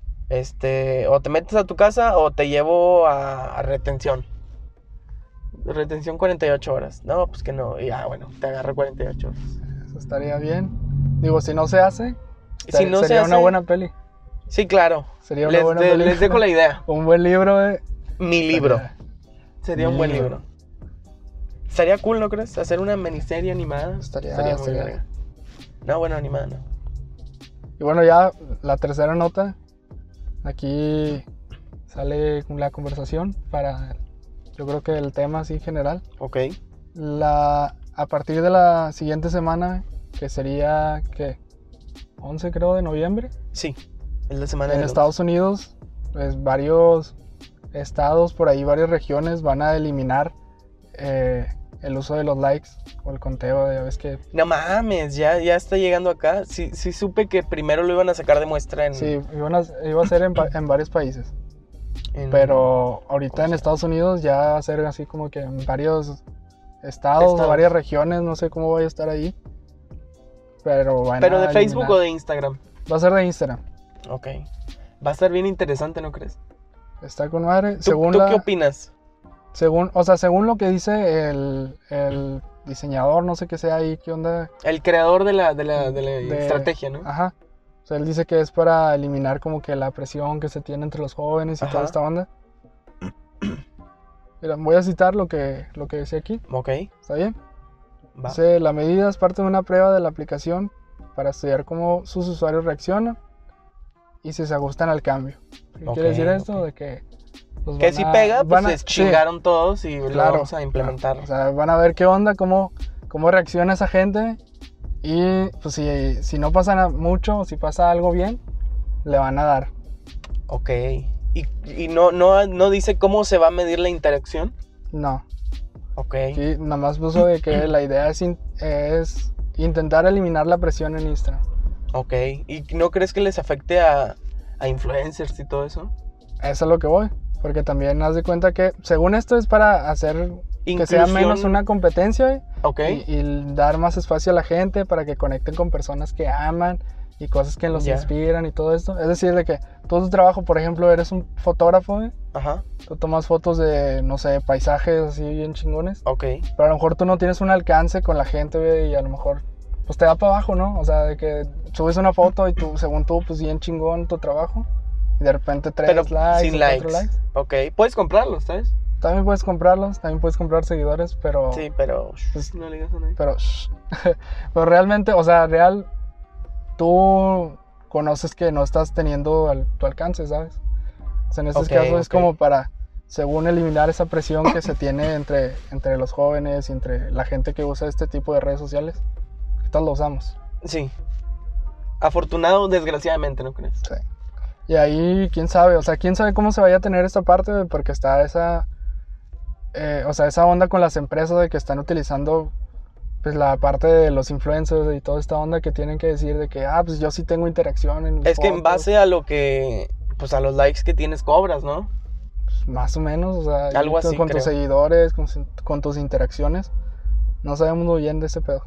este, o te metes a tu casa o te llevo a, a retención. Retención cuarenta y ocho horas. No, pues que no. Y ah, bueno, te agarro cuarenta y ocho horas. Eso estaría bien. Digo, si no se hace, Si no se sería una hace- buena peli. Sí, claro. Sería una Les, buena de- peli. les dejo la idea. Un buen libro de... Mi libro. Sería- Sería un mi buen libro. libro. Estaría cool, ¿no crees? Hacer una miniserie animada. Estaría- muy estaría- verga. No, bueno, animada no. Y bueno, ya la tercera nota, aquí sale la conversación para, yo creo que el tema así general. Ok. La, a partir de la siguiente semana, que sería, ¿qué? once creo de noviembre. Sí, es la semana en de Estados Unidos, pues varios estados, por ahí varias regiones van a eliminar eh, el uso de los likes o el conteo de, ¿ves que? No mames, ya, ya está llegando acá. Sí, sí supe que primero lo iban a sacar de muestra en... Sí, iban a, iba a ser en, en varios países. en- Pero ahorita en Estados Unidos ya va a ser así como que en varios estados, Estados. varias regiones, no sé cómo voy a estar ahí. Pero van ¿Pero a de Facebook eliminar. o de Instagram? Va a ser de Instagram. Ok. Va a estar bien interesante, ¿no crees? Está con madre. ¿Tú, Según tú la, qué opinas? según, o sea, según lo que dice el, el diseñador, no sé qué sea ahí, qué onda. El creador de la, de la, de la de- estrategia, ¿no? Ajá. O sea, él dice que es para eliminar como que la presión que se tiene entre los jóvenes y Ajá. toda esta onda. Mira, voy a citar lo que, lo que decía aquí. Ok, ¿Está bien? va. Dice, la medida es parte de una prueba de la aplicación para estudiar cómo sus usuarios reaccionan y si se ajustan al cambio. ¿Qué Ok, quiere decir esto? ok. De que los Que van si a- pega, pues van a- se sí, chingaron todos y lo claro, vamos a implementar. O sea, van a ver qué onda, cómo, cómo reacciona esa gente y pues si, si no pasa na- mucho o si pasa algo bien, le van a dar. Ok. ¿Y, y no, no, no dice cómo se va a medir la interacción? No. Ok. Aquí nada más puso de que la idea es, in- es intentar eliminar la presión en Instagram. Ok. ¿Y no crees que les afecte a, a influencers y todo eso? Eso es lo que voy. Porque también haz de cuenta que, según esto, es para hacer que sea Inclusión- menos una competencia Ok. y, y dar más espacio a la gente para que conecten con personas que aman y cosas que los Ya. inspiran y todo esto. Es decir, de que todo tu trabajo, por ejemplo, eres un fotógrafo, güey, Ajá. tú tomas fotos de, no sé, paisajes así bien chingones, Ok. pero a lo mejor tú no tienes un alcance con la gente, güey, y a lo mejor pues te da para abajo, ¿no? O sea, de que subes una foto y tú, según tú, pues bien chingón tu trabajo y de repente tres Pero likes sin o likes. cuatro likes. Ok. Puedes comprarlos, ¿sabes? También puedes comprarlos, también puedes comprar seguidores, pero... Sí, pero Pues- no le digas a nadie. Pero, shh. Pero realmente, o sea, real, tú conoces que no estás teniendo al- tu alcance, ¿sabes? O sea, en estos Ok, casos es ok. como para, según eliminar esa presión que se tiene entre, entre los jóvenes y entre la gente que usa este tipo de redes sociales. Que todos lo usamos. Sí. Afortunado, desgraciadamente, ¿no crees? Sí. Y ahí, quién sabe, o sea, quién sabe cómo se vaya a tener esta parte, güey, porque está esa, eh, o sea, esa onda con las empresas de que están utilizando, pues, la parte de los influencers y toda esta onda que tienen que decir de que, ah, pues, yo sí tengo interacción en mis Es que en fotos. base a lo que, pues a los likes que tienes cobras, ¿no? Pues, más o menos, o sea, Algo con, así, con tus creo. seguidores, con, con tus interacciones, no sabemos muy bien de ese pedo.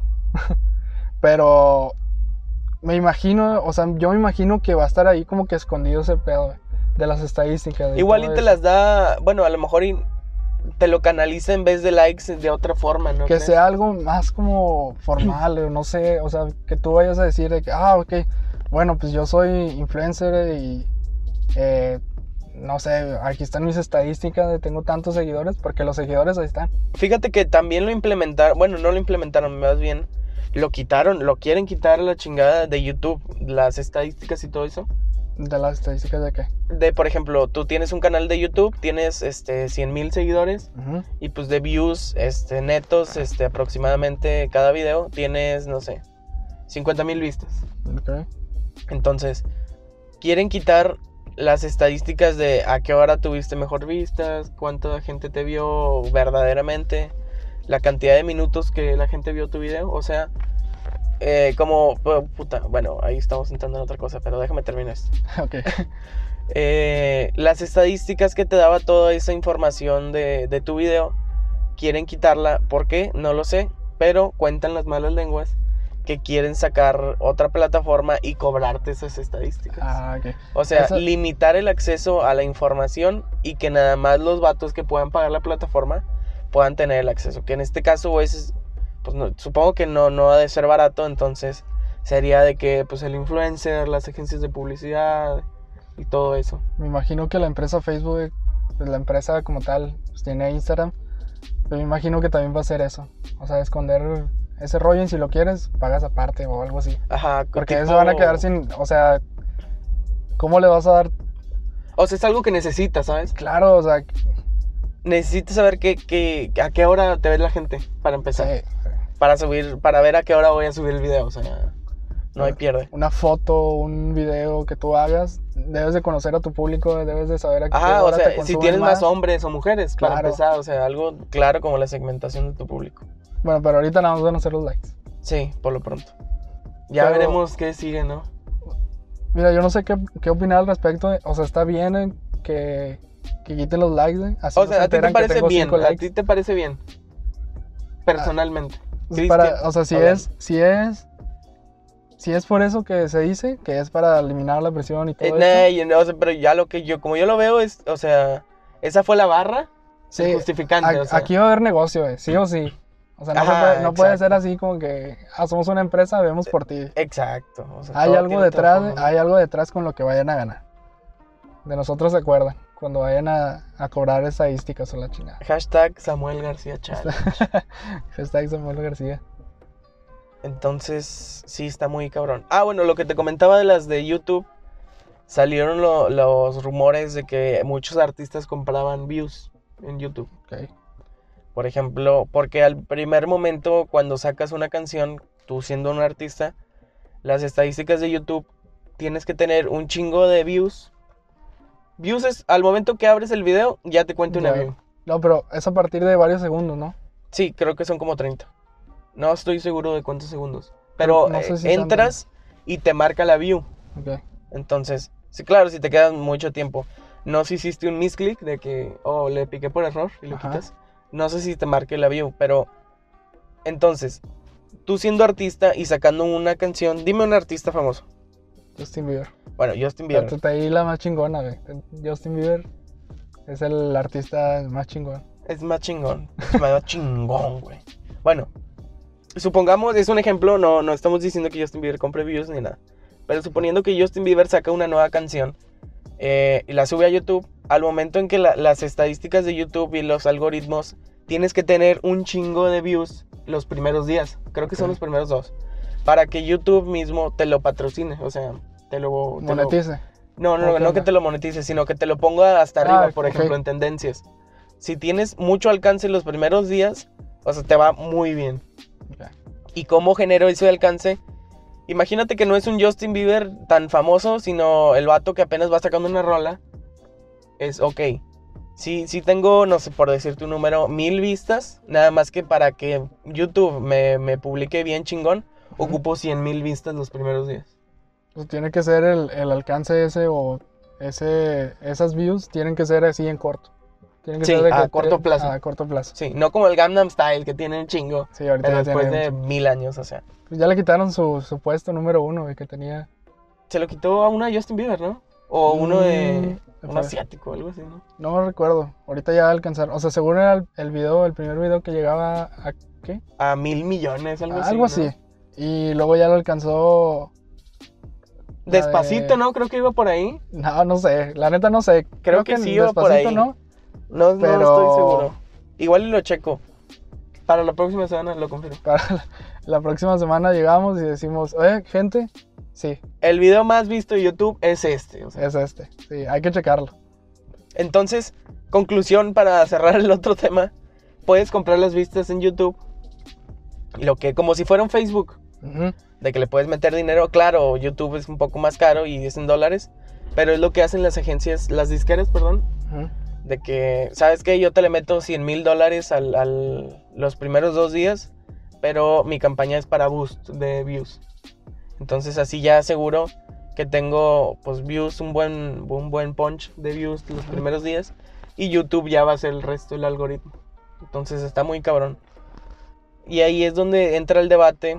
Pero me imagino, o sea, yo me imagino que va a estar ahí como que escondido ese pedo, güey, de las estadísticas. de Igual y todo te eso. las da, bueno, a lo mejor y te lo canaliza en vez de likes de otra forma, ¿no? Que crees? sea algo más como formal, o no sé, o sea, que tú vayas a decir de que, ah, ok, bueno, pues yo soy influencer y, eh, no sé, aquí están mis estadísticas de tengo tantos seguidores, porque los seguidores ahí están. Fíjate que también lo implementaron, bueno, no lo implementaron, más bien lo quitaron, lo quieren quitar a la chingada de YouTube, las estadísticas y todo eso. ¿De las estadísticas de qué? De, por ejemplo, tú tienes un canal de YouTube, tienes este cien mil seguidores Ujú. y pues de views este netos este aproximadamente cada video tienes, no sé, cincuenta mil vistas. Ok. Entonces, quieren quitar las estadísticas de a qué hora tuviste mejor vistas, cuánta gente te vio verdaderamente, la cantidad de minutos que la gente vio tu video, o sea, eh, como, pu- puta, bueno, ahí estamos entrando en otra cosa, pero déjame terminar esto. Ok. Eh, las estadísticas que te daba toda esa información de, de tu video, quieren quitarla, ¿por qué? No lo sé, pero cuentan las malas lenguas que quieren sacar otra plataforma y cobrarte esas estadísticas. Ah, ok. O sea, Eso- limitar el acceso a la información y que nada más los vatos que puedan pagar la plataforma puedan tener el acceso. Que en este caso, es, pues no, supongo que no, no ha de ser barato, entonces sería de que pues el influencer, las agencias de publicidad y todo eso. Me imagino que la empresa Facebook, pues la empresa como tal, pues tiene Instagram. Pero me imagino que también va a hacer eso. O sea, esconder ese rollo y si lo quieres, pagas aparte o algo así. Ajá. Porque tipo... se van a quedar sin, o sea, ¿cómo le vas a dar? O sea, es algo que necesitas, ¿sabes? Claro, o sea... Necesitas saber qué, qué, a qué hora te ve la gente, para empezar. Sí, sí. Para subir, para ver a qué hora voy a subir el video, o sea, no hay pierde. Una foto, un video que tú hagas, debes de conocer a tu público, debes de saber a qué Ajá, hora o sea, te si tienes más. más hombres o mujeres, para Claro. empezar, o sea, algo claro como la segmentación de tu público. Bueno, pero ahorita nada más van a hacer los likes. Sí, por lo pronto. Ya Pero- veremos qué sigue, ¿no? Mira, yo no sé qué, qué opinar al respecto. de- O sea, está bien eh, que, que quiten los likes, eh, así O no sea, se ¿a ti te enteran que parece tengo bien? cinco ¿A likes. ti te parece bien? Personalmente. Pues para- Cristian, o sea, si hablando. es, si es, si es por eso que se dice, que es para eliminar la presión y todo Eh, eso. nah, y no, o sea, pero ya lo que yo, como yo lo veo es, o sea, esa fue la barra, Sí, el justificante, a- o sea. aquí va a haber negocio, eh, sí o sí. O sea, no, se Ajá, puede, no puede exacto. ser así como que ah, somos una empresa, vemos por ti. Exacto. O sea, Hay todo algo tiene detrás, trasfondo, ¿no? hay algo detrás con lo que vayan a ganar. De nosotros se acuerdan, cuando vayan a, a cobrar estadísticas o la chingada. Hashtag Samuel García Challenge. Hashtag Samuel García. Entonces, sí, está muy cabrón. Ah, bueno, lo que te comentaba de las de YouTube, salieron lo- los rumores de que muchos artistas compraban views en YouTube. Ok. Por ejemplo, porque al primer momento cuando sacas una canción, tú siendo un artista, las estadísticas de YouTube tienes que tener un chingo de views. Views es al momento que abres el video, ya te cuenta una Ya. view. No, pero es a partir de varios segundos, ¿no? Sí, creo que son como treinta. No estoy seguro de cuántos segundos. Pero No sé eh, si sean entras y te marca la view. Ok. Entonces, sí, claro, si te queda mucho tiempo. No sé si hiciste un misclick de que, oh, le piqué por error y lo Ajá. quitas. No sé si te marque la view, pero entonces, tú siendo artista y sacando una canción, dime un artista famoso. Justin Bieber. Bueno, Justin Pero Bieber. está ahí la más chingona, güey. Justin Bieber es el artista más chingón. Es más chingón. Es más chingón, güey. Bueno, supongamos, es un ejemplo, no, no estamos diciendo que Justin Bieber compre views ni nada. Pero suponiendo que Justin Bieber saca una nueva canción eh, y la sube a YouTube, al momento en que la- las estadísticas de YouTube y los algoritmos, tienes que tener un chingo de views los primeros días. Creo que son Ok. los primeros dos. Para que YouTube mismo te lo patrocine, o sea, te lo... te lo- Monetice. No, no, ¿O no, qué no que onda? te lo monetice, sino que te lo ponga hasta arriba, Ah, por ok. ejemplo, en tendencias. Si tienes mucho alcance los primeros días, o sea, te va muy bien. Ok. ¿Y cómo genero ese alcance? Imagínate que no es un Justin Bieber tan famoso, sino el vato que apenas va sacando una rola. Es, ok, si, si tengo, no sé, por decirte un número, mil vistas, nada más que para que YouTube me, me publique bien chingón, Ujú. ocupo cien mil vistas los primeros días. Pues tiene que ser el, el alcance ese o ese, esas views tienen que ser así en corto. Tienen que Sí, ser de a que corto tre- plazo. A corto plazo. Sí, no como el Gangnam Style, que tiene un chingo, Sí, ahorita pero ya después tiene de mucho. mil años, o sea. Pues ya le quitaron su, su puesto número uno, güey, que tenía. Se lo quitó a uno de Justin Bieber, ¿no? O uno de... Mm, un fue- asiático, algo así, ¿no? No recuerdo. Ahorita ya alcanzaron. O sea, seguro era el, el video, el primer video que llegaba a ¿qué? A mil millones, algo así. Algo ¿no? así. Y luego ya lo alcanzó. la Despacito, de- ¿no? Creo que iba por ahí. No, no sé. La neta no sé. Creo que sí iba por Despacito ahí. no. No, no Pero- estoy seguro. Igual y lo checo. Para la próxima semana lo confirmo. Para la, la próxima semana llegamos y decimos, oye, gente, sí, El video más visto de YouTube es este. O sea. es este. Sí, hay que checarlo. Entonces, conclusión para cerrar el otro tema. Puedes comprar las vistas en YouTube. Lo que, como si fuera un Facebook. Ujú. De que le puedes meter dinero. Claro, YouTube es un poco más caro y es en dólares. Pero es lo que hacen las agencias, las disqueras, perdón. Ujú. De que, ¿sabes qué? Yo te le meto cien mil dólares al, al, los primeros dos días. Pero mi campaña es para boost de views. Entonces así ya aseguro que tengo pues views, un buen, un buen punch de views los primeros días. Y YouTube ya va a ser el resto del algoritmo. Entonces está muy cabrón. Y ahí es donde entra el debate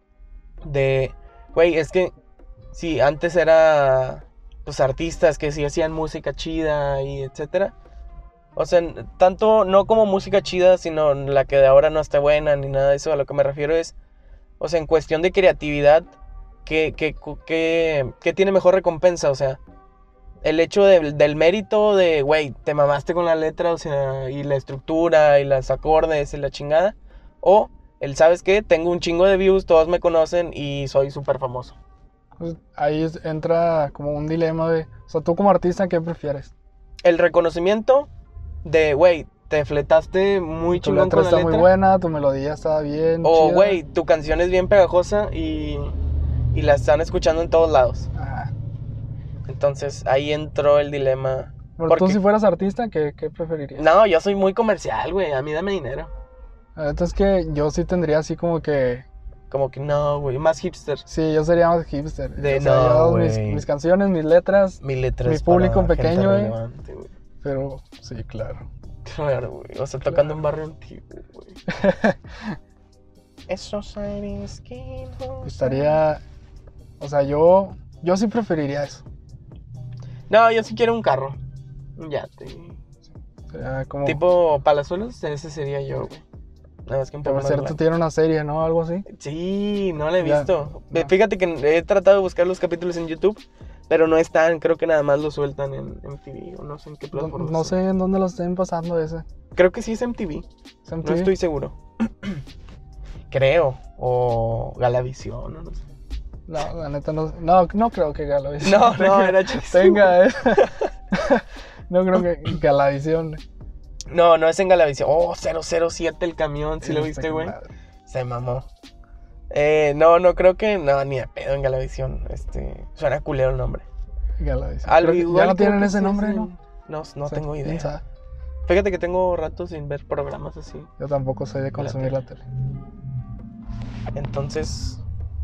de, güey, es que si antes era pues artistas que sí hacían música chida y etcétera. O sea, tanto no como música chida, sino la que de ahora no está buena ni nada de eso. A lo que me refiero es, o sea, en cuestión de creatividad, ¿qué, qué, qué, qué tiene mejor recompensa? O sea, el hecho de- del mérito de, güey, te mamaste con la letra, o sea, y la estructura, y los acordes, y la chingada. O El, ¿sabes qué? Tengo un chingo de views, todos me conocen y soy súper famoso. Pues ahí es- entra como un dilema de, o sea, tú como artista, ¿qué prefieres? El reconocimiento de, güey, te fletaste muy Tu chingón letra con la está letra. muy buena, tu melodía está bien O, chida. güey, tu canción es bien pegajosa y, y la están escuchando en todos lados. Ajá. Entonces ahí entró el dilema. Pero Porque, tú si fueras artista, ¿qué, qué preferirías? no, yo soy muy comercial, güey. A mí dame dinero. La neta es que yo sí tendría así como que, Como que no, güey. Más hipster. sí, yo sería más hipster. De O sea, no, yo mis, güey. mis canciones, mis letras, Mi letra Mi es público para gente pequeño, eh. relevante, güey. pero sí, claro. Claro, güey. O sea, tocando en barrio antiguo, güey. Esos aires que no Estaría, o sea, yo, yo sí preferiría eso. No, yo sí quiero un carro. Un yate. O sea, como, Tipo Palazuelos, ese sería yo, güey. Nada más que un que poco por más cierto grande. tiene una serie, ¿no? Algo así. Sí, no la he Ya, visto. no. Fíjate que he tratado de buscar los capítulos en YouTube, pero no están. Creo que nada más los sueltan en M T V o no sé en qué No, plataforma. no sea. sé en dónde lo estén pasando ese. Creo que sí es M T V. ¿Es M T No V? estoy seguro. Creo. O Galavisión, o no sé. No, la neta no, no, no creo que Galavisión No, no, tenga- era chiste. tenga eso. No creo que Galavisión. No, no es en Galavisión. Oh, cero cero siete el camión, ¿sí lo Este, viste, güey? madre. Se mamó. Eh, no, no creo que... No, ni de pedo en Galavisión. Este... Suena culero el nombre. Galavisión. Al Creo que igual ya no creo tienen que ese sí nombre, es en- ¿no? No, no O sea, tengo quién idea. sabe. Fíjate que tengo rato sin ver programas así. Yo tampoco soy de consumir la tele. Entonces...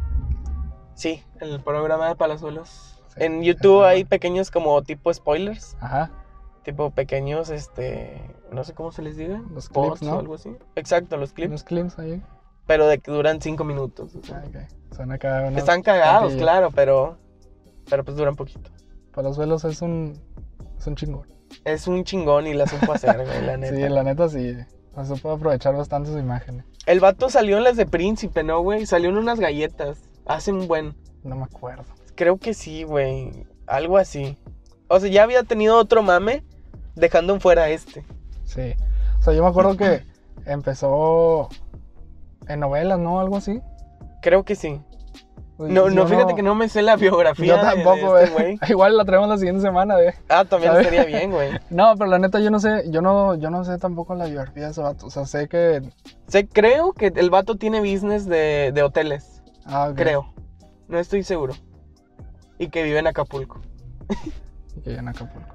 Sí, el programa de Palazuelos. Sí, En YouTube está hay bueno. pequeños como tipo spoilers. Ajá. Tipo pequeños, este... No sé cómo se les diga. Los Spots clips, ¿no? o algo así. Exacto, los clips. Unos clips ahí. Pero de que duran cinco minutos. o sea. Ah, ok. Son acá unos Están cagados, cantillos. claro, pero... Pero pues duran poquito. Palazuelos es un, es un chingón. Es un chingón y la supo hacer, güey, la neta. Sí, la neta sí. O sea, se puede aprovechar bastante su imagen. El vato salió en las de Príncipe, ¿no, güey? Salió en unas galletas. Hace un buen... No me acuerdo. Creo que sí, güey. Algo así. O sea, ya había tenido otro mame, dejando en fuera este. Sí. O sea, yo me acuerdo que empezó en novelas, ¿no? Algo así. Creo que sí. Pues, No, yo no, fíjate que no me sé la biografía Yo de- tampoco, de este güey. güey. Igual la traemos la siguiente semana, güey. Ah, también ¿Sabes? estaría bien, güey. No, pero la neta yo no sé, yo no, yo no sé tampoco la biografía de ese vato. O sea, sé que. Sé, creo que el vato tiene business de, de hoteles. Ah, ok. Creo. No estoy seguro. Y que vive en Acapulco. Y que ya en Acapulco.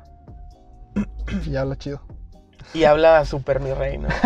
Y habla chido. Y habla súper mi rey, ¿no?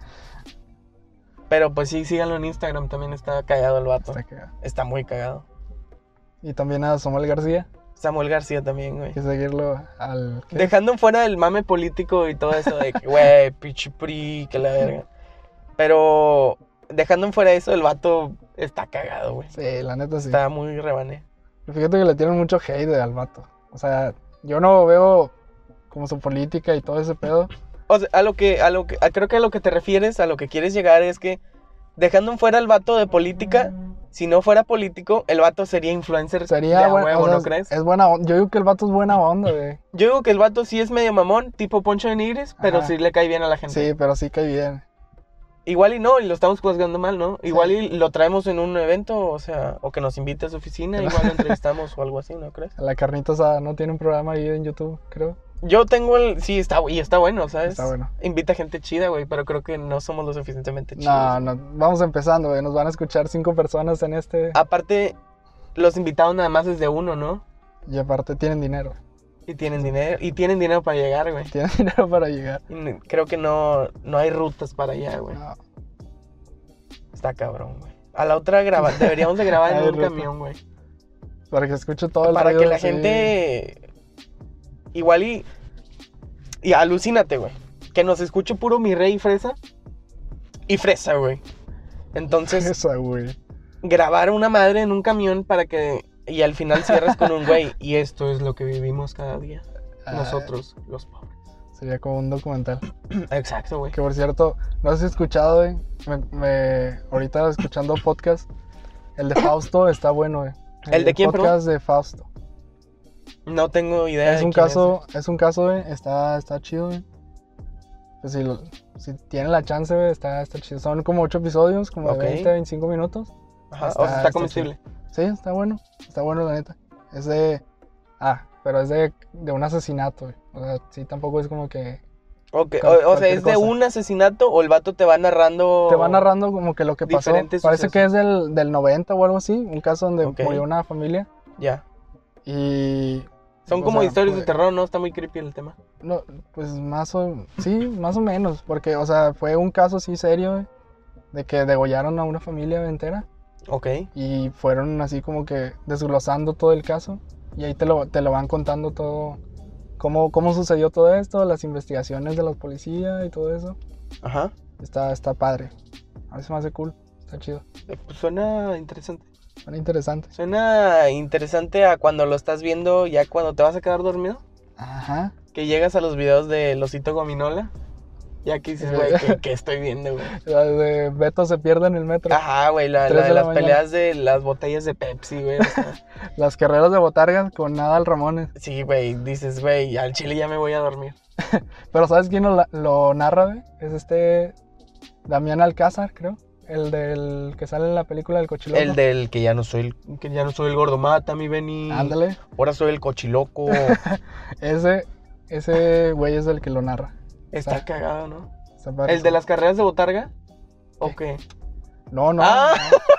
Pero pues sí, síganlo en Instagram. También está cagado el vato. Está cagado. Está muy cagado. Y también a Samuel García. Samuel García también, güey. Hay que seguirlo al. ¿qué? Dejando fuera el mame político y todo eso de que, güey, pichipri, que la verga. Pero dejando en fuera eso, el vato está cagado, güey. Sí, la neta sí. Está muy rebané. Fíjate que le tienen mucho hate al vato. O sea, yo no veo como su política y todo ese pedo. O sea, a lo que, a lo que, a- creo que a lo que te refieres, a lo que quieres llegar es que dejando en fuera el vato de política, si no fuera político, el vato sería influencer Sería de a bueno, huevo, o sea, ¿no crees? Es buena onda. Yo digo que el vato es buena onda, güey. Yo digo que el vato sí es medio mamón, tipo Poncho de Nigris, pero Ajá. sí le cae bien a la gente. Sí, pero sí cae bien. Igual y no, y lo estamos juzgando mal, ¿no? Igual y lo traemos en un evento, o sea, o que nos invite a su oficina, igual lo entrevistamos o algo así, ¿no crees? La carnita asada no tiene un programa ahí en YouTube, creo. Yo tengo el... Sí, está, y está bueno, ¿sabes? Está bueno. Invita gente chida, güey, pero creo que no somos lo suficientemente chidos. No, no, vamos empezando, güey. Nos van a escuchar cinco personas en este. Aparte, los invitados nada más es de uno, ¿no? Y aparte tienen dinero. Y tienen dinero, y tienen dinero para llegar, güey. Tienen dinero para llegar. Y n- creo que no, no hay rutas para allá, güey. No. Está cabrón, güey. A la otra graba, deberíamos de grabar en Hay un ruta. camión, güey. Para que escuche todo el Para ruido, que la sí. gente igual y y alucínate, güey, que nos escuche puro mi rey y fresa y fresa, güey. Entonces, Esa, güey. grabar una madre en un camión para que y al final cierres con un güey y esto es lo que vivimos cada día nosotros, los pobres. Ah, sería como un documental. Exacto, güey. Que por cierto, no sé si has escuchado, güey. Me, me- ahorita escuchando podcast. El de Fausto está bueno, güey. ¿El de quién, perdón? podcast de Fausto. No tengo idea Es de un quién caso, es un caso, güey. Está, está chido, güey. pues si, lo, si tienen la chance, güey, está, está chido. Son como ocho episodios, como Ok. de veinte, veinticinco minutos. Ajá, Está- o sea, está está comestible. Sí, está bueno. Está bueno, la neta. Es de... Ah, pero es de, de un asesinato, güey. O sea, sí, tampoco es como que... Ok, Cual- o, o sea, cualquier ¿es de cosa. un asesinato o el vato te va narrando? Te va narrando como que lo que pasó. Diferentes Parece sucesos. que es del, del noventa o algo así. Un caso donde Ok. murió una familia. Ya. Y... Son o como sea, historias fue- de terror, ¿no? Está muy creepy el tema. No, pues más o... Sí, más o menos. Porque, o sea, fue un caso así serio, güey, de que degollaron a una familia entera. Ok. Y fueron así como que desglosando todo el caso. Y ahí te lo, te lo van contando todo. Cómo, cómo sucedió todo esto, las investigaciones de la policía y todo eso. Ajá. Está, está padre. A veces me hace cool. Está chido. Eh, pues suena interesante. Suena interesante. Suena interesante a cuando lo estás viendo ya cuando te vas a quedar dormido. Ajá. Que llegas a los videos de Losito Gominola. Ya que dices, güey, ¿qué, qué estoy viendo, güey? La de Beto se pierde en el metro. Ajá, güey, la, Tres la de de la las mañana. peleas de las botellas de Pepsi, güey. O sea, Las carreras de botargas con Nadal Ramones. sí, güey, dices, güey, al chile ya me voy a dormir. Pero ¿sabes quién lo, lo narra, güey? Es este Damián Alcázar, creo. El del que sale en la película del cochiloco. El del que ya no soy el, que ya no soy el gordo mata, mi Benny. Ándale. Ahora soy el cochiloco. Ese, ese güey es el que lo narra. Está cagado, ¿no? Está padre. ¿El de las carreras de botarga? ¿O qué? No, no. Ah.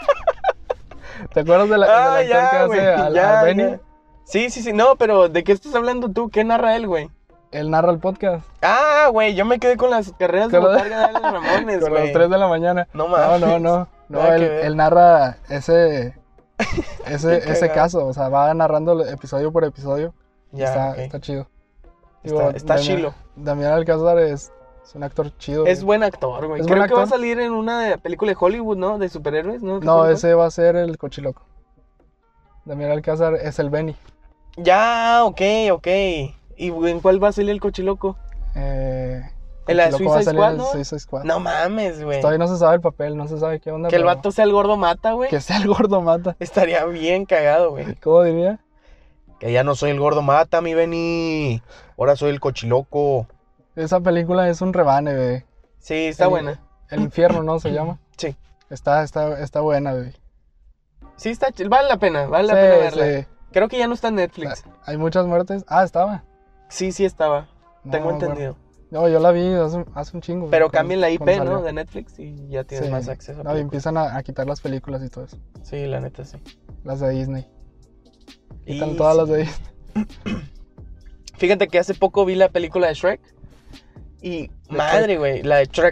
no. ¿Te acuerdas de la, Ah, del actor ya, que güey, hace al, ya, al Benny? ya. Sí, sí, sí, no, pero ¿de qué estás hablando tú? ¿Qué narra él, güey? Él narra el podcast. Ah, güey, yo me quedé con las carreras de Con la- botarga de Alex Ramones, Con güey. las tres de la mañana. No No, mames. no, no. No, Nada él, que ver. él narra ese, ese, Qué ese cagado. caso. O sea, va narrando episodio por episodio. y Ya, está, ok. está chido. Está- está Damián- chilo. Damián Alcázar es, es un actor chido. Es güey. buen actor, güey. Es Creo buen que va a actor. salir en una de- película de Hollywood, ¿no? De superhéroes, ¿no? No, ese va a ser el cochiloco. Damián Alcázar es el Benny. Ya, ok, ok. ¿Y en cuál va a salir el cochiloco? Eh, ¿En la de Cochiloco va a Suicide salir Squad, en no? Suicide Squad. No mames, güey. Todavía no se sabe el papel, no se sabe qué onda. Que el pero vato sea el gordo mata, güey. Que sea el gordo mata. Estaría bien cagado, güey. ¿Cómo diría? Que ya no soy el gordo mata, mi Benny. Ahora soy el cochiloco. Esa película es un rebane, güey. Sí, está El- buena. El infierno, ¿no? Se llama. Sí. Está, está, está buena, güey. Sí, está ch- vale la pena, vale la Sí, pena verla. sí. Creo que ya no está en O sea, Netflix. hay muchas muertes. Ah, estaba. Sí, sí estaba. No, Tengo bueno. entendido. No, yo la vi hace, hace un chingo. Pero güey, cuando- cambien la I P, cuando ¿no? salió. De Netflix y ya tienes Sí. más acceso. a No, y películas. empiezan a, a quitar las películas y todo eso. Sí, la neta, sí. Las de Disney. Quitan Y todas sí. las de Disney. Fíjate que hace poco vi la película de Shrek. Y madre, güey, la de Shrek.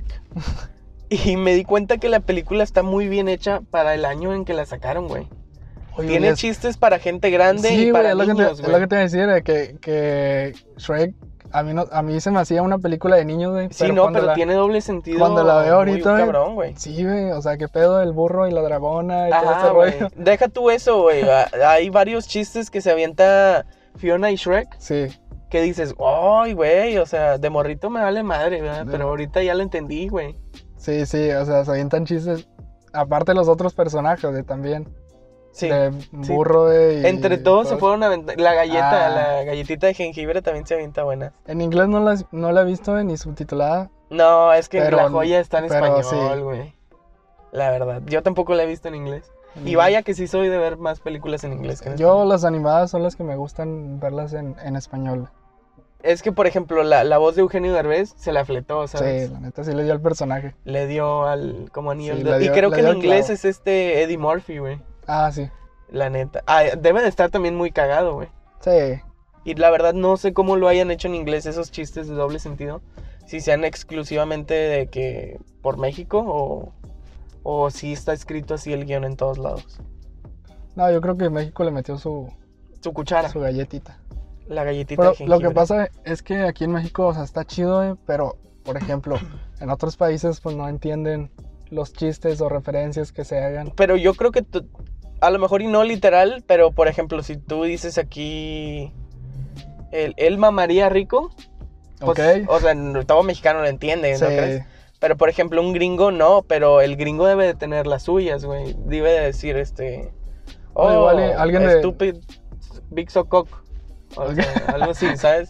Y me di cuenta que la película está muy bien hecha para el año en que la sacaron, güey. Oye, Tiene es- chistes para gente grande Sí, y güey, para es lo, que te, niños, es güey. lo que te iba a decir, eh, que, que Shrek, a mí, no, a mí se me hacía una película de niños, güey. Sí, no, cuando pero la- tiene doble sentido. cuando la veo muy ahorita, güey, cabrón, güey. Sí, güey, o sea, qué pedo el burro y la dragona y todo Ajá, ese güey. rollo. Deja tú eso, güey. Ah, Hay varios chistes que se avienta Fiona y Shrek Sí, que dices, ay, güey, o sea, de morrito me vale madre, ¿verdad? De- Pero ahorita ya lo entendí, güey. sí, sí, o sea, se avientan chistes. Aparte los otros personajes, de también. Sí. De sí. burro, güey. y Entre todos se todo. fueron a aventar. La galleta, Ah. la galletita de jengibre también se avienta buena. En inglés no la, no la he visto, güey, ni subtitulada. No, es que Pero- la joya está en pero español, sí. güey. La verdad. Yo tampoco la he visto en inglés. En Y vaya que sí soy de ver más películas en inglés que en Yo español. las animadas son las que me gustan verlas en, en español. güey. Es que, por ejemplo, la, la voz de Eugenio Derbez se la fletó, ¿sabes? Sí, la neta sí le dio al personaje. Le dio al como anillo Sí, al le dedo. Y dio- creo le que en dio el inglés clavo. es este Eddie Murphy, güey. Ah, sí. La neta. Ah, debe de estar también muy cagado, güey. Sí. Y la verdad no sé cómo lo hayan hecho en inglés esos chistes de doble sentido. Si sean exclusivamente de que por México o, o si está escrito así el guión en todos lados. No, yo creo que México le metió su, Su cuchara, su galletita. la galletita Pero de jengibre. lo que pasa es que aquí en México, o sea, está chido, güey, pero, por ejemplo, en otros países, pues no entienden los chistes o referencias que se hagan. Pero yo creo que tú- a lo mejor y no literal, pero por ejemplo, si tú dices aquí el, el mamaría rico, pues, Ok. o sea, no- todo mexicano lo entiende, ¿no Sí. crees? Pero por ejemplo, un gringo no, pero el gringo debe de tener las suyas, güey. Debe de decir este O oh, igual y alguien de- stupid big so cock. O Ok. sea, algo así, ¿sabes?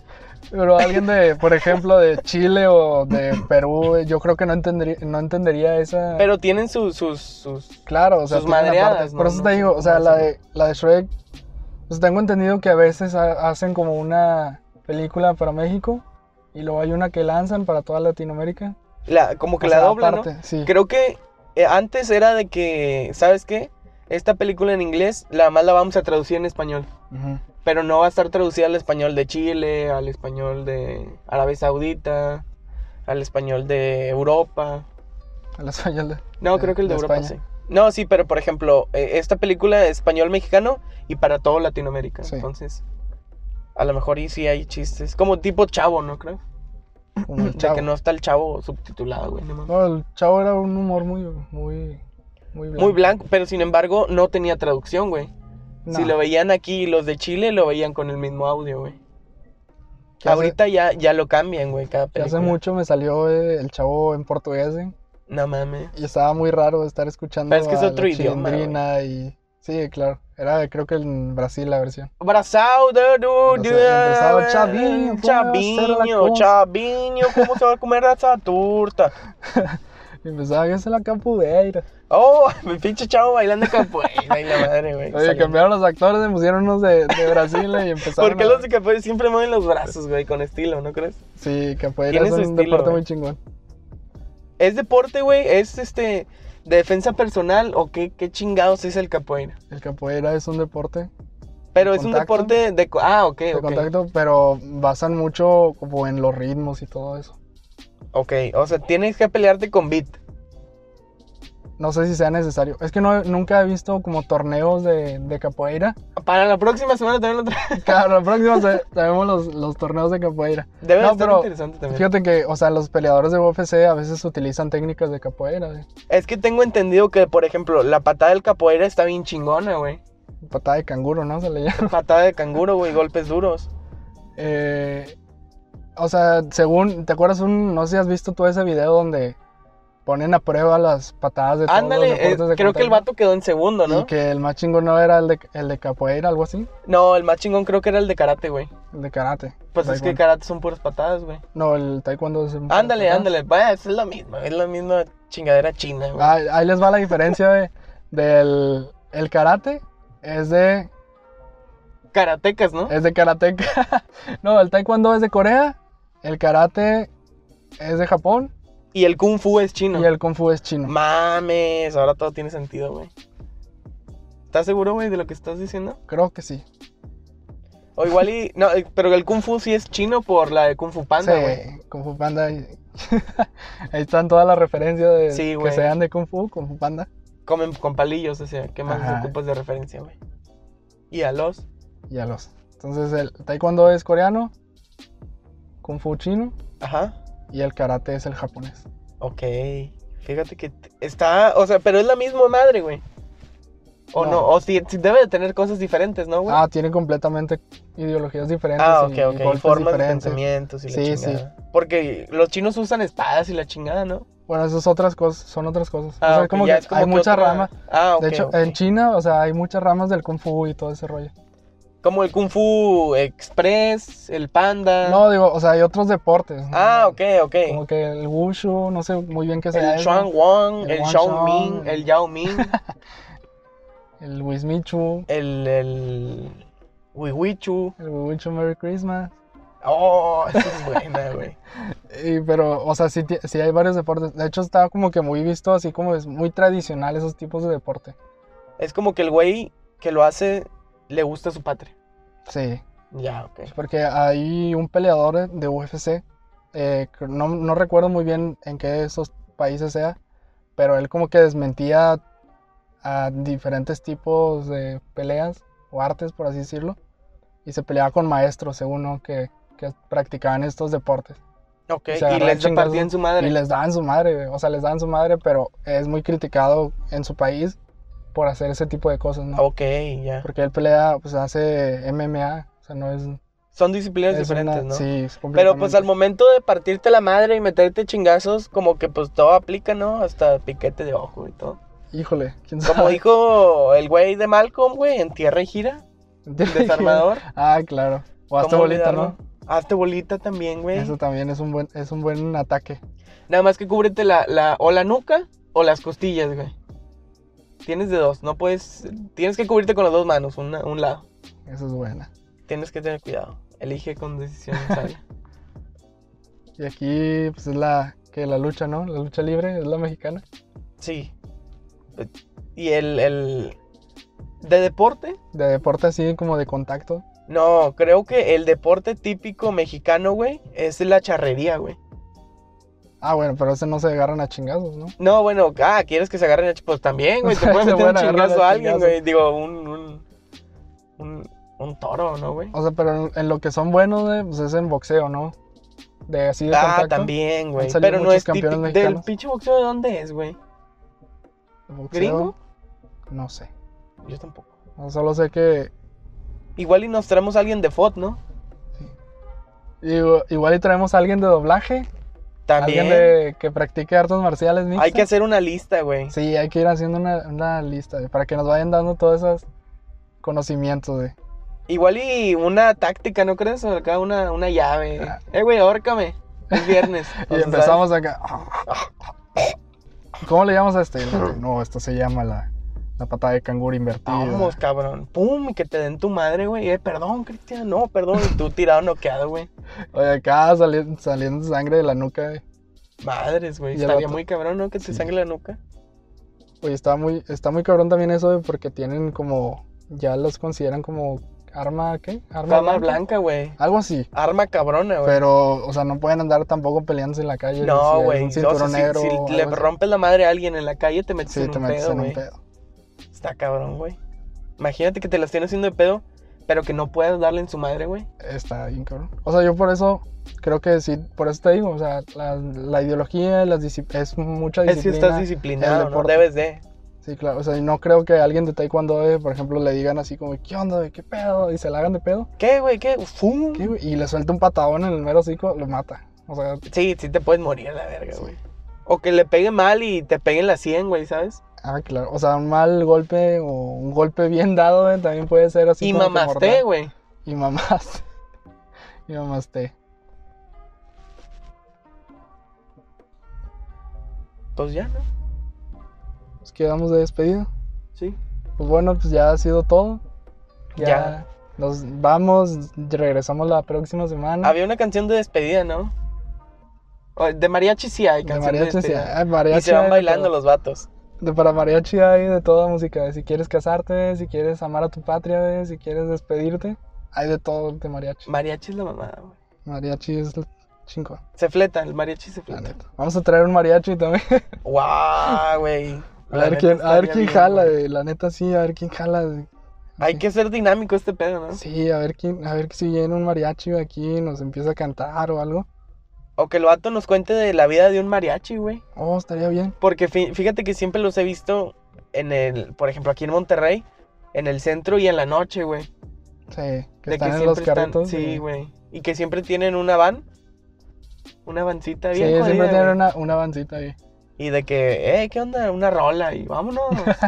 Pero alguien de, por ejemplo, de Chile o de Perú, yo creo que no entendería, no entendería esa... Pero tienen sus, sus, sus, claro, o sea, sus tienen madreadas, aparte. ¿no? Por eso No te sé digo, o cómo sea, la decirlo. de, la de Shrek, pues tengo entendido que a veces ha- hacen como una película para México y luego hay una que lanzan para toda Latinoamérica. La, como que O la sea, doblan, ¿no? aparte, sí. Creo que eh, antes era de que, ¿sabes qué? Esta película en inglés, la más la vamos a traducir en español. Ujú. Pero no va a estar traducida al español de Chile, al español de Arabia Saudita, al español de Europa. El español de, No, de- creo que el de, de Europa España. sí. No, sí, pero por ejemplo, eh, esta película es español-mexicano y para todo Latinoamérica. Sí. Entonces, a lo mejor y sí hay chistes. Como tipo Chavo, ¿no creo? Como el De Chavo. que no está el Chavo subtitulado, güey. No mames. No, el Chavo era un humor muy, muy, muy blanco. Muy blanco, pero sin embargo no tenía traducción, güey. No. Si lo veían aquí los de Chile, lo veían con el mismo audio, güey. Que hace- Ahorita ya, ya lo cambian, güey, cada que hace película. mucho me salió eh, el Chavo en portugués, ¿eh? No mames. Y estaba muy raro estar escuchando Pero es que es a otro la idioma, Chilindrina y... Sí, claro. Era, creo que en Brasil la versión. Abraçado, du, Abraçado, abraçado, Chavinho, ¿cómo va a ser la Chavinho, cosa? Chavinho, ¿cómo se va a comer esa torta? Y empezaba que es la capoeira. Oh, mi pinche Chavo bailando capoeira y la madre, güey. Oye, Salió. cambiaron los actores, se pusieron unos de, de Brasil y empezaron ¿Por qué a- los de capoeira siempre mueven los brazos, güey, con estilo, no crees? Sí, capoeira Tiene es su un estilo, deporte güey. muy chingón. ¿Es deporte, güey? ¿Es este de defensa personal o qué, qué chingados es el capoeira? El capoeira es un deporte Pero ¿De es un contacto? deporte de... co- Ah, ok, de ok. contacto, pero basan mucho como en los ritmos y todo eso. Ok, o sea, tienes que pelearte con beat. No sé si sea necesario. Es que no, nunca he visto como torneos de, de capoeira. Para la próxima semana también lo traigo. Claro, la próxima se- traemos los, los torneos de capoeira. Debe No, estar pero interesante también. Fíjate que, o sea, los peleadores de U F C a veces utilizan técnicas de capoeira, güey. Es que tengo entendido que, por ejemplo, la patada del capoeira está bien chingona, güey. Patada de canguro, ¿no? Se le llama. Patada de canguro, güey, golpes duros. Eh, o sea, según, ¿te acuerdas un, no sé si has visto tú ese video donde ponen a prueba las patadas de todos los Ándale, eh, deportes de creo que el contacto? vato quedó en segundo, ¿no? Y que el más chingón no era el de, el de capoeira, algo así, No, el más chingón creo que era el de karate, güey. el de karate. Pues es que Taekwondo. karate son puras patadas, güey. No, el taekwondo es... un- Ándale, patadas. ándale. Vaya, es la misma, es la misma chingadera china, güey. Ah, ahí les va la diferencia de, del el karate, es de, Karatecas, ¿no? es de karateca. No, el taekwondo es de Corea, el karate es de Japón Y el kung fu es chino. y el kung fu es chino. Mames, ahora todo tiene sentido, güey. ¿Estás seguro, güey, de lo que estás diciendo? Creo que sí. O igual y... No, eh, pero el kung fu sí es chino por la de Kung Fu Panda, güey. Sí, Kung Fu Panda. y- Ahí están todas las referencias de Sí, que güey. sean de Kung Fu, Kung Fu Panda. Comen con palillos, o sea, ¿qué más Ajá. ocupas de referencia, güey? Y a los... Y a los. Entonces el taekwondo es coreano, Kung Fu chino Ajá. y el karate es el japonés. Ok. Fíjate que t- está... O sea, pero es la misma madre, güey. O no, No. o sí, sí debe de tener cosas diferentes, ¿no, güey? Ah, tiene completamente ideologías diferentes. Ah, y- ok, ok. y golpes Formas de diferentes. pensamientos y la Sí, chingada. Porque los chinos usan espadas y la chingada, ¿no? Bueno, esas es otras cosas, son otras cosas. Ah, o sea, ok, como ya que es como hay que muchas otra- ramas. Ah, ok, De hecho, ok. en China, o sea, hay muchas ramas del Kung Fu y todo ese rollo. Como el Kung Fu Express, el Panda. No, digo, o sea, hay otros deportes. ¿no? Ah, ok, ok. Como que el Wushu, no sé muy bien qué sea El eso. Chuan Wang, El el, Wang Xiao Chong, Ming, el- el Yao Ming, El Wismichu, el, el Wiwichu. el Wushu Merry Christmas. Oh, esa es buena, güey. Y, pero, o sea, sí, ti- sí hay varios deportes. De hecho, está como que muy visto, así como es muy tradicional esos tipos de deporte. Es como que el güey que lo hace le gusta su patria. Sí, Ya, ok. porque hay un peleador de U F C, eh, que no, no recuerdo muy bien en qué de esos países sea, pero él como que desmentía a diferentes tipos de peleas o artes, por así decirlo, y se peleaba con maestros, según ¿no? que, que practicaban estos deportes. Ok, se y agarraban les chingazos repartían su madre. Y les daban su madre, güey. O sea, les daban su madre, pero es muy criticado en su país por hacer ese tipo de cosas, ¿no? Ok, ya. Porque él pelea, pues hace M M A, o sea, no es... Son disciplinas es diferentes, una- ¿no? Sí, es Pero pues completamente. al momento de partirte la madre y meterte chingazos, como que pues todo aplica, ¿no? Hasta piquete de ojo y todo. Híjole, quién sabe. Como dijo el güey de Malcolm, güey, en Tierra y Gira, el desarmador. Ah, claro. O hasta ¿Cómo bolita, olvidarlo? ¿no? Hazte bolita también, güey. Eso también es un buen, es un buen ataque. Nada más que cúbrete la, la, o la nuca o las costillas, güey. Tienes de dos, no puedes... Tienes que cubrirte con las dos manos, una, un lado. Eso es buena. Tienes que tener cuidado. Elige con decisión sabia. Y aquí, pues es la... que la lucha, ¿no? La lucha libre es la mexicana. Sí. ¿Y el, el... de deporte? De deporte así como de contacto. No, creo que el deporte típico mexicano, güey, es la charrería, güey. Ah, bueno, pero ese no se agarran a chingazos, ¿no? No, bueno, ah, ¿quieres que se agarren a ch- Pues también, güey, te pueden Se meter un pueden agarrar chingazo a a alguien, chingazos. güey. Digo, un, un, un, un toro, ¿no, güey? O sea, pero en, en lo que son buenos, güey, pues es en boxeo, ¿no? De así de Ah, contacto. también, güey. Han salido Pero no muchos es campeones típico. ¿Del mexicanos. pinche boxeo de dónde es, güey? Boxeo, ¿Gringo? No sé. Yo tampoco. No, solo sé que... Igual y nos traemos a alguien de F O T, ¿no? Igual, igual y traemos a alguien de doblaje. También. Alguien de, que practique artes marciales mixtas. Hay que hacer una lista, güey. Sí, hay que ir haciendo una, una lista, güey, para que nos vayan dando todos esos conocimientos, güey. Igual y una táctica, ¿no crees? Acá una, una llave. Eh, güey, ahórcame. Es viernes. Y O sea, empezamos acá. ¿Cómo le llamamos a este? No, esto se llama la, la patada de canguro invertida. Vamos, cabrón. Pum, y que te den tu madre, güey. Eh, perdón, Cristian, no, perdón. Y tú tirado noqueado, güey. Oye, acá sali- saliendo sangre de la nuca, güey. Madres, güey. Y el Estaría otro- muy cabrón, ¿no? Que te Sí. sangre la nuca. Oye, está muy, está muy cabrón también eso, güey, porque tienen como, ya los consideran como arma, ¿qué? Arma Arma blanca, güey. Algo así. Arma cabrona, güey. Pero, o sea, no pueden andar tampoco peleándose en la calle. No, si es güey. un O sea, cinturón si, negro si o le algo así. rompes la madre a alguien en la calle, te metes Sí, en te un metes pedo, en un güey. pedo. Está cabrón, güey. Imagínate que te la estén haciendo de pedo, pero que no puedas darle en su madre, güey. Está bien cabrón. O sea, yo por eso creo que sí, por eso te digo, o sea, la, la ideología las disci- es mucha Es que disciplina. estás disciplinado, el ¿no? deporte. Debes de. Sí, claro, o sea, y no creo que alguien de taekwondo, eh, por ejemplo, le digan así como, ¿qué onda, güey? ¿Qué pedo? Y se la hagan de pedo. ¿Qué, güey? ¿Qué? ¡Fum! ¿Qué, güey? Y le suelta un patadón en el mero hocico, lo mata. O sea, Sí, sí te puedes morir a la verga, Sí. güey. O que le pegue mal y te peguen la cien, güey, ¿sabes? ah, claro, o sea, un mal golpe o un golpe bien dado, güey, también puede ser así y como que mamaste, mortal. güey. Y mamaste. Y mamaste. Pues ya, ¿no? Pues quedamos de despedida. Sí. Pues bueno, pues ya ha sido todo. Ya, Ya. nos vamos, regresamos la próxima semana. Había una canción de despedida, ¿no? O- De mariachi sí hay de canción de, mariachi, sí, despedida. ah, mariachi Y se van hay de bailando todo. los vatos. De para mariachi hay de toda música. Si quieres casarte, si quieres amar a tu patria, güey, si quieres despedirte, hay de todo de mariachi. Mariachi es la mamada, güey. Mariachi es chingón, Se fleta, el mariachi se la fleta. neta. Vamos a traer un mariachi también. ¡Guau, güey! A La ver neta quién, a ver estaría quién bien, jala, güey. güey. La neta sí, a ver quién jala. güey. Hay Sí. que ser dinámico este pedo, ¿no? Sí, a ver quién, a ver si viene un mariachi güey, aquí y nos empieza a cantar o algo. O que el vato nos cuente de la vida de un mariachi, güey. Oh, estaría bien. Porque fí- fíjate que siempre los he visto en el, por ejemplo, aquí en Monterrey, en el centro y en la noche, güey. Sí, que De están que en los siempre están, carritos. sí, y- güey. Y que siempre tienen una van, una vancita Sí, bien siempre jodida, tienen güey. una, una vancita ahí. Y de que, eh, ¿qué onda? Una rola y vámonos.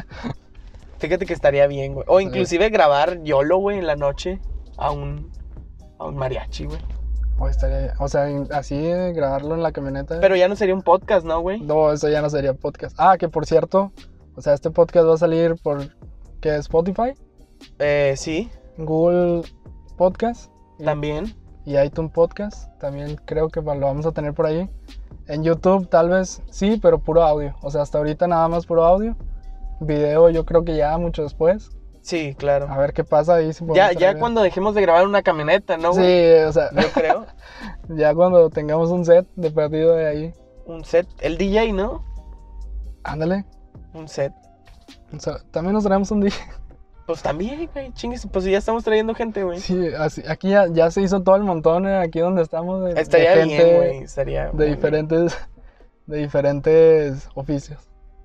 Fíjate que estaría bien, güey. O inclusive grabar YOLO, güey, en la noche a un, a un mariachi, güey. Oh, estaría bien. O sea, en- así eh, grabarlo en la camioneta. Pero ya no sería un podcast, ¿no, güey? No, eso ya no sería podcast. Ah, que por cierto, o sea, este podcast va a salir por, ¿qué? Spotify, Eh, sí, Google Podcast y, también. y iTunes Podcast. También creo que lo vamos a tener por ahí. En YouTube tal vez sí, pero puro audio. O sea, hasta ahorita nada más puro audio. Video yo creo que ya mucho después. Sí, claro. A ver qué pasa ahí. Si Ya, podemos ya traer- cuando dejemos de grabar una camioneta, ¿no, güey? Sí, o sea, Yo creo. ya cuando tengamos un set de perdido de ahí. Un set. El D J, ¿no? Ándale. Un set. O sea, también nos traemos un día. Pues también, güey, chingues. Pues ya estamos trayendo gente, güey. Sí, así, aquí ya, ya se hizo todo el montón, eh, aquí donde estamos, de, de Estaría gente bien, güey. Estaría. muy de bien. diferentes, de diferentes oficios.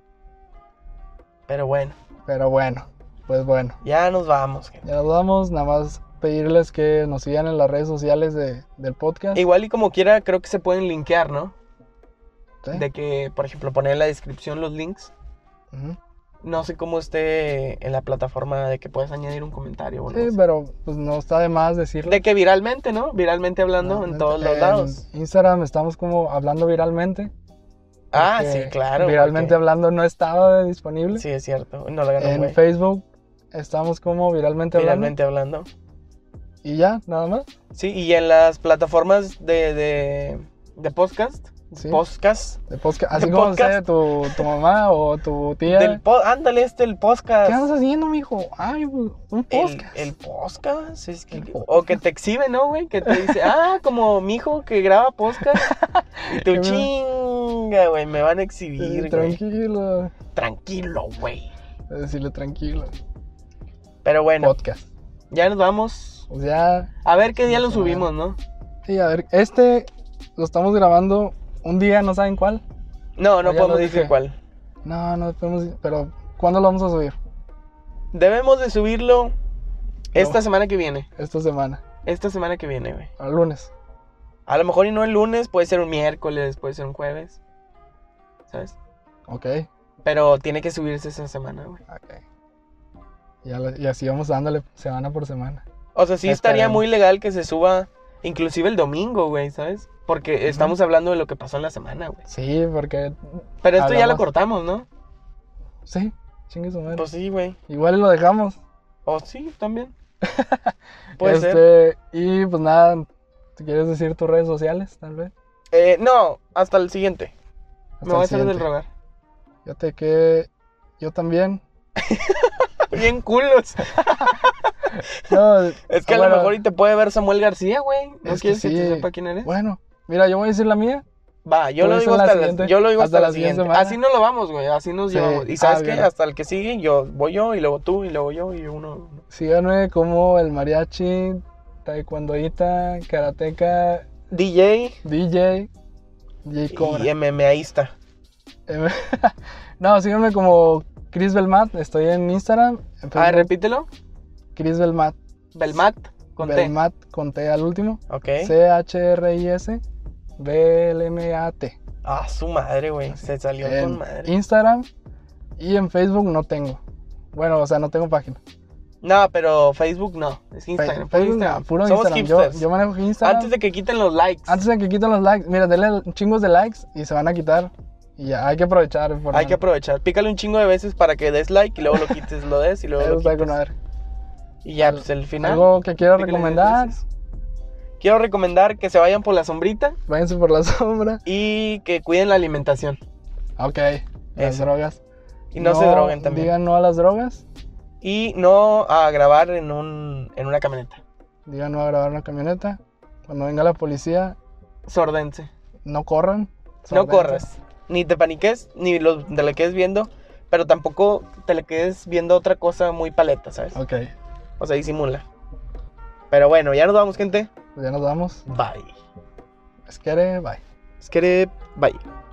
Pero bueno, Pero bueno, pues bueno, ya nos vamos, gente. ya nos vamos, nada más pedirles que nos sigan en las redes sociales de, del podcast. Igual y como quiera, creo que se pueden linkear, ¿no? ¿Sí? De que, por ejemplo, poner en la descripción los links. Ujú. No sé cómo esté en la plataforma de que puedes añadir un comentario. O Sí, no sé. pero pues no está de más decirlo. De que viralmente, ¿no? Viralmente hablando en todos los lados. En Instagram estamos como hablando viralmente. Ah, porque sí, claro. Viralmente porque- hablando no estaba disponible. Sí, es cierto. No le ganó, En güey. Facebook estamos como viralmente hablando. Viralmente hablando. Y ya, nada más. Sí, y en las plataformas de, de, de podcast. Sí. Podcast. De podcast. Así de como podcast. sé tu, tu mamá o tu tía. Del po- ándale, este, el podcast. ¿Qué andas haciendo, mijo? Ay, un El, podcast. el podcast, es que, El o podcast. que te exhibe, ¿no, güey? Que te dice, ah, como mi hijo que graba podcast. Y tú, Que me- chinga, güey, me van a exhibir, Eh, güey. tranquilo. Tranquilo, güey. Decirle tranquilo. Pero bueno, Podcast. ya nos vamos. Pues ya. A ver qué día lo Sí, subimos, ¿no? Sí, a ver, este lo estamos grabando un día, ¿no saben cuál? No, no ya lo podemos decir dije. cuál. No, no podemos. Pero, ¿cuándo lo vamos a subir? Debemos de subirlo esta No. semana que viene. Esta semana. Esta semana que viene, güey. Al lunes. A lo mejor y no el lunes, puede ser un miércoles, puede ser un jueves. ¿Sabes? Ok. Pero tiene que subirse esa semana, güey. Ok. Ya lo- y así vamos dándole semana por semana. O sea, sí estaría Esperemos. muy legal que se suba inclusive el domingo, güey, ¿sabes? Porque estamos hablando de lo que pasó en la semana, güey. Sí, porque. Pero esto ya lo Hablamos. cortamos, ¿no? Sí, chingue su madre. Pues sí, güey. Igual lo dejamos. O sí, también. Puede ser. este, Y pues nada, ¿te quieres decir tus redes sociales, tal vez? Eh, no, hasta el siguiente. Hasta Me voy a el hacer del siguiente. rogar. Fíjate que yo también. Bien culos. No, Es que a bueno, lo mejor y te puede ver Samuel García, güey. ¿No es que quieres que, te sí. sepa quién eres? Bueno, mira, yo voy a decir la mía. Va, yo Tú lo dices digo la hasta la, siguiente. yo lo digo hasta, Hasta la la siguiente siguiente. semana. Así no lo vamos, güey. Así nos Sí. llevamos. Y Ah, sabes qué, bien. hasta el que sigue, yo voy yo y luego tú y luego yo y uno. Síganme como el mariachi, taekwondoíta, karateca, D D J, D J Cobra. J y MMAista. Em- no, síganme como Chris Belmat, estoy en Instagram. En Ah, Facebook, repítelo. Chris Belmat. Belmat con Belmat con T al último. T. Ok. C H R I S B L M A T. Ah, su madre, güey. Se salió En con madre. Instagram y en Facebook no tengo. Bueno, o sea, no tengo página. No, pero Facebook no. Es Fe- Instagram. puro Facebook Instagram. no, puro Somos Instagram. Yo, hipsters. yo manejo Instagram. Antes de que quiten los likes. Antes de que quiten los likes, mira, denle chingos de likes y se van a quitar. Y ya, hay que aprovechar. por Hay que aprovechar. Pícale un chingo de veces para que des like y luego lo quites, lo des y luego Eso lo está quites. con madre. Y ya, pues el final. Algo que quiero Pícale diez recomendar, veces. Quiero recomendar que se vayan por la sombrita váyanse por la sombra. y que cuiden la alimentación. Ok, las Eso. drogas. Y no, se droguen también. Digan no a las drogas. Y no a grabar en, un, en una camioneta. Digan no a grabar una camioneta. Cuando venga la policía, Sordense. no corran. No sórdense. corras. Ni te paniques, ni lo, te le quedes viendo. Pero tampoco te le quedes viendo otra cosa muy paleta, ¿sabes? Ok, O sea, disimula. Pero bueno, ya nos vamos, gente. pues ya nos vamos. Bye. Es que, bye. Es que, bye.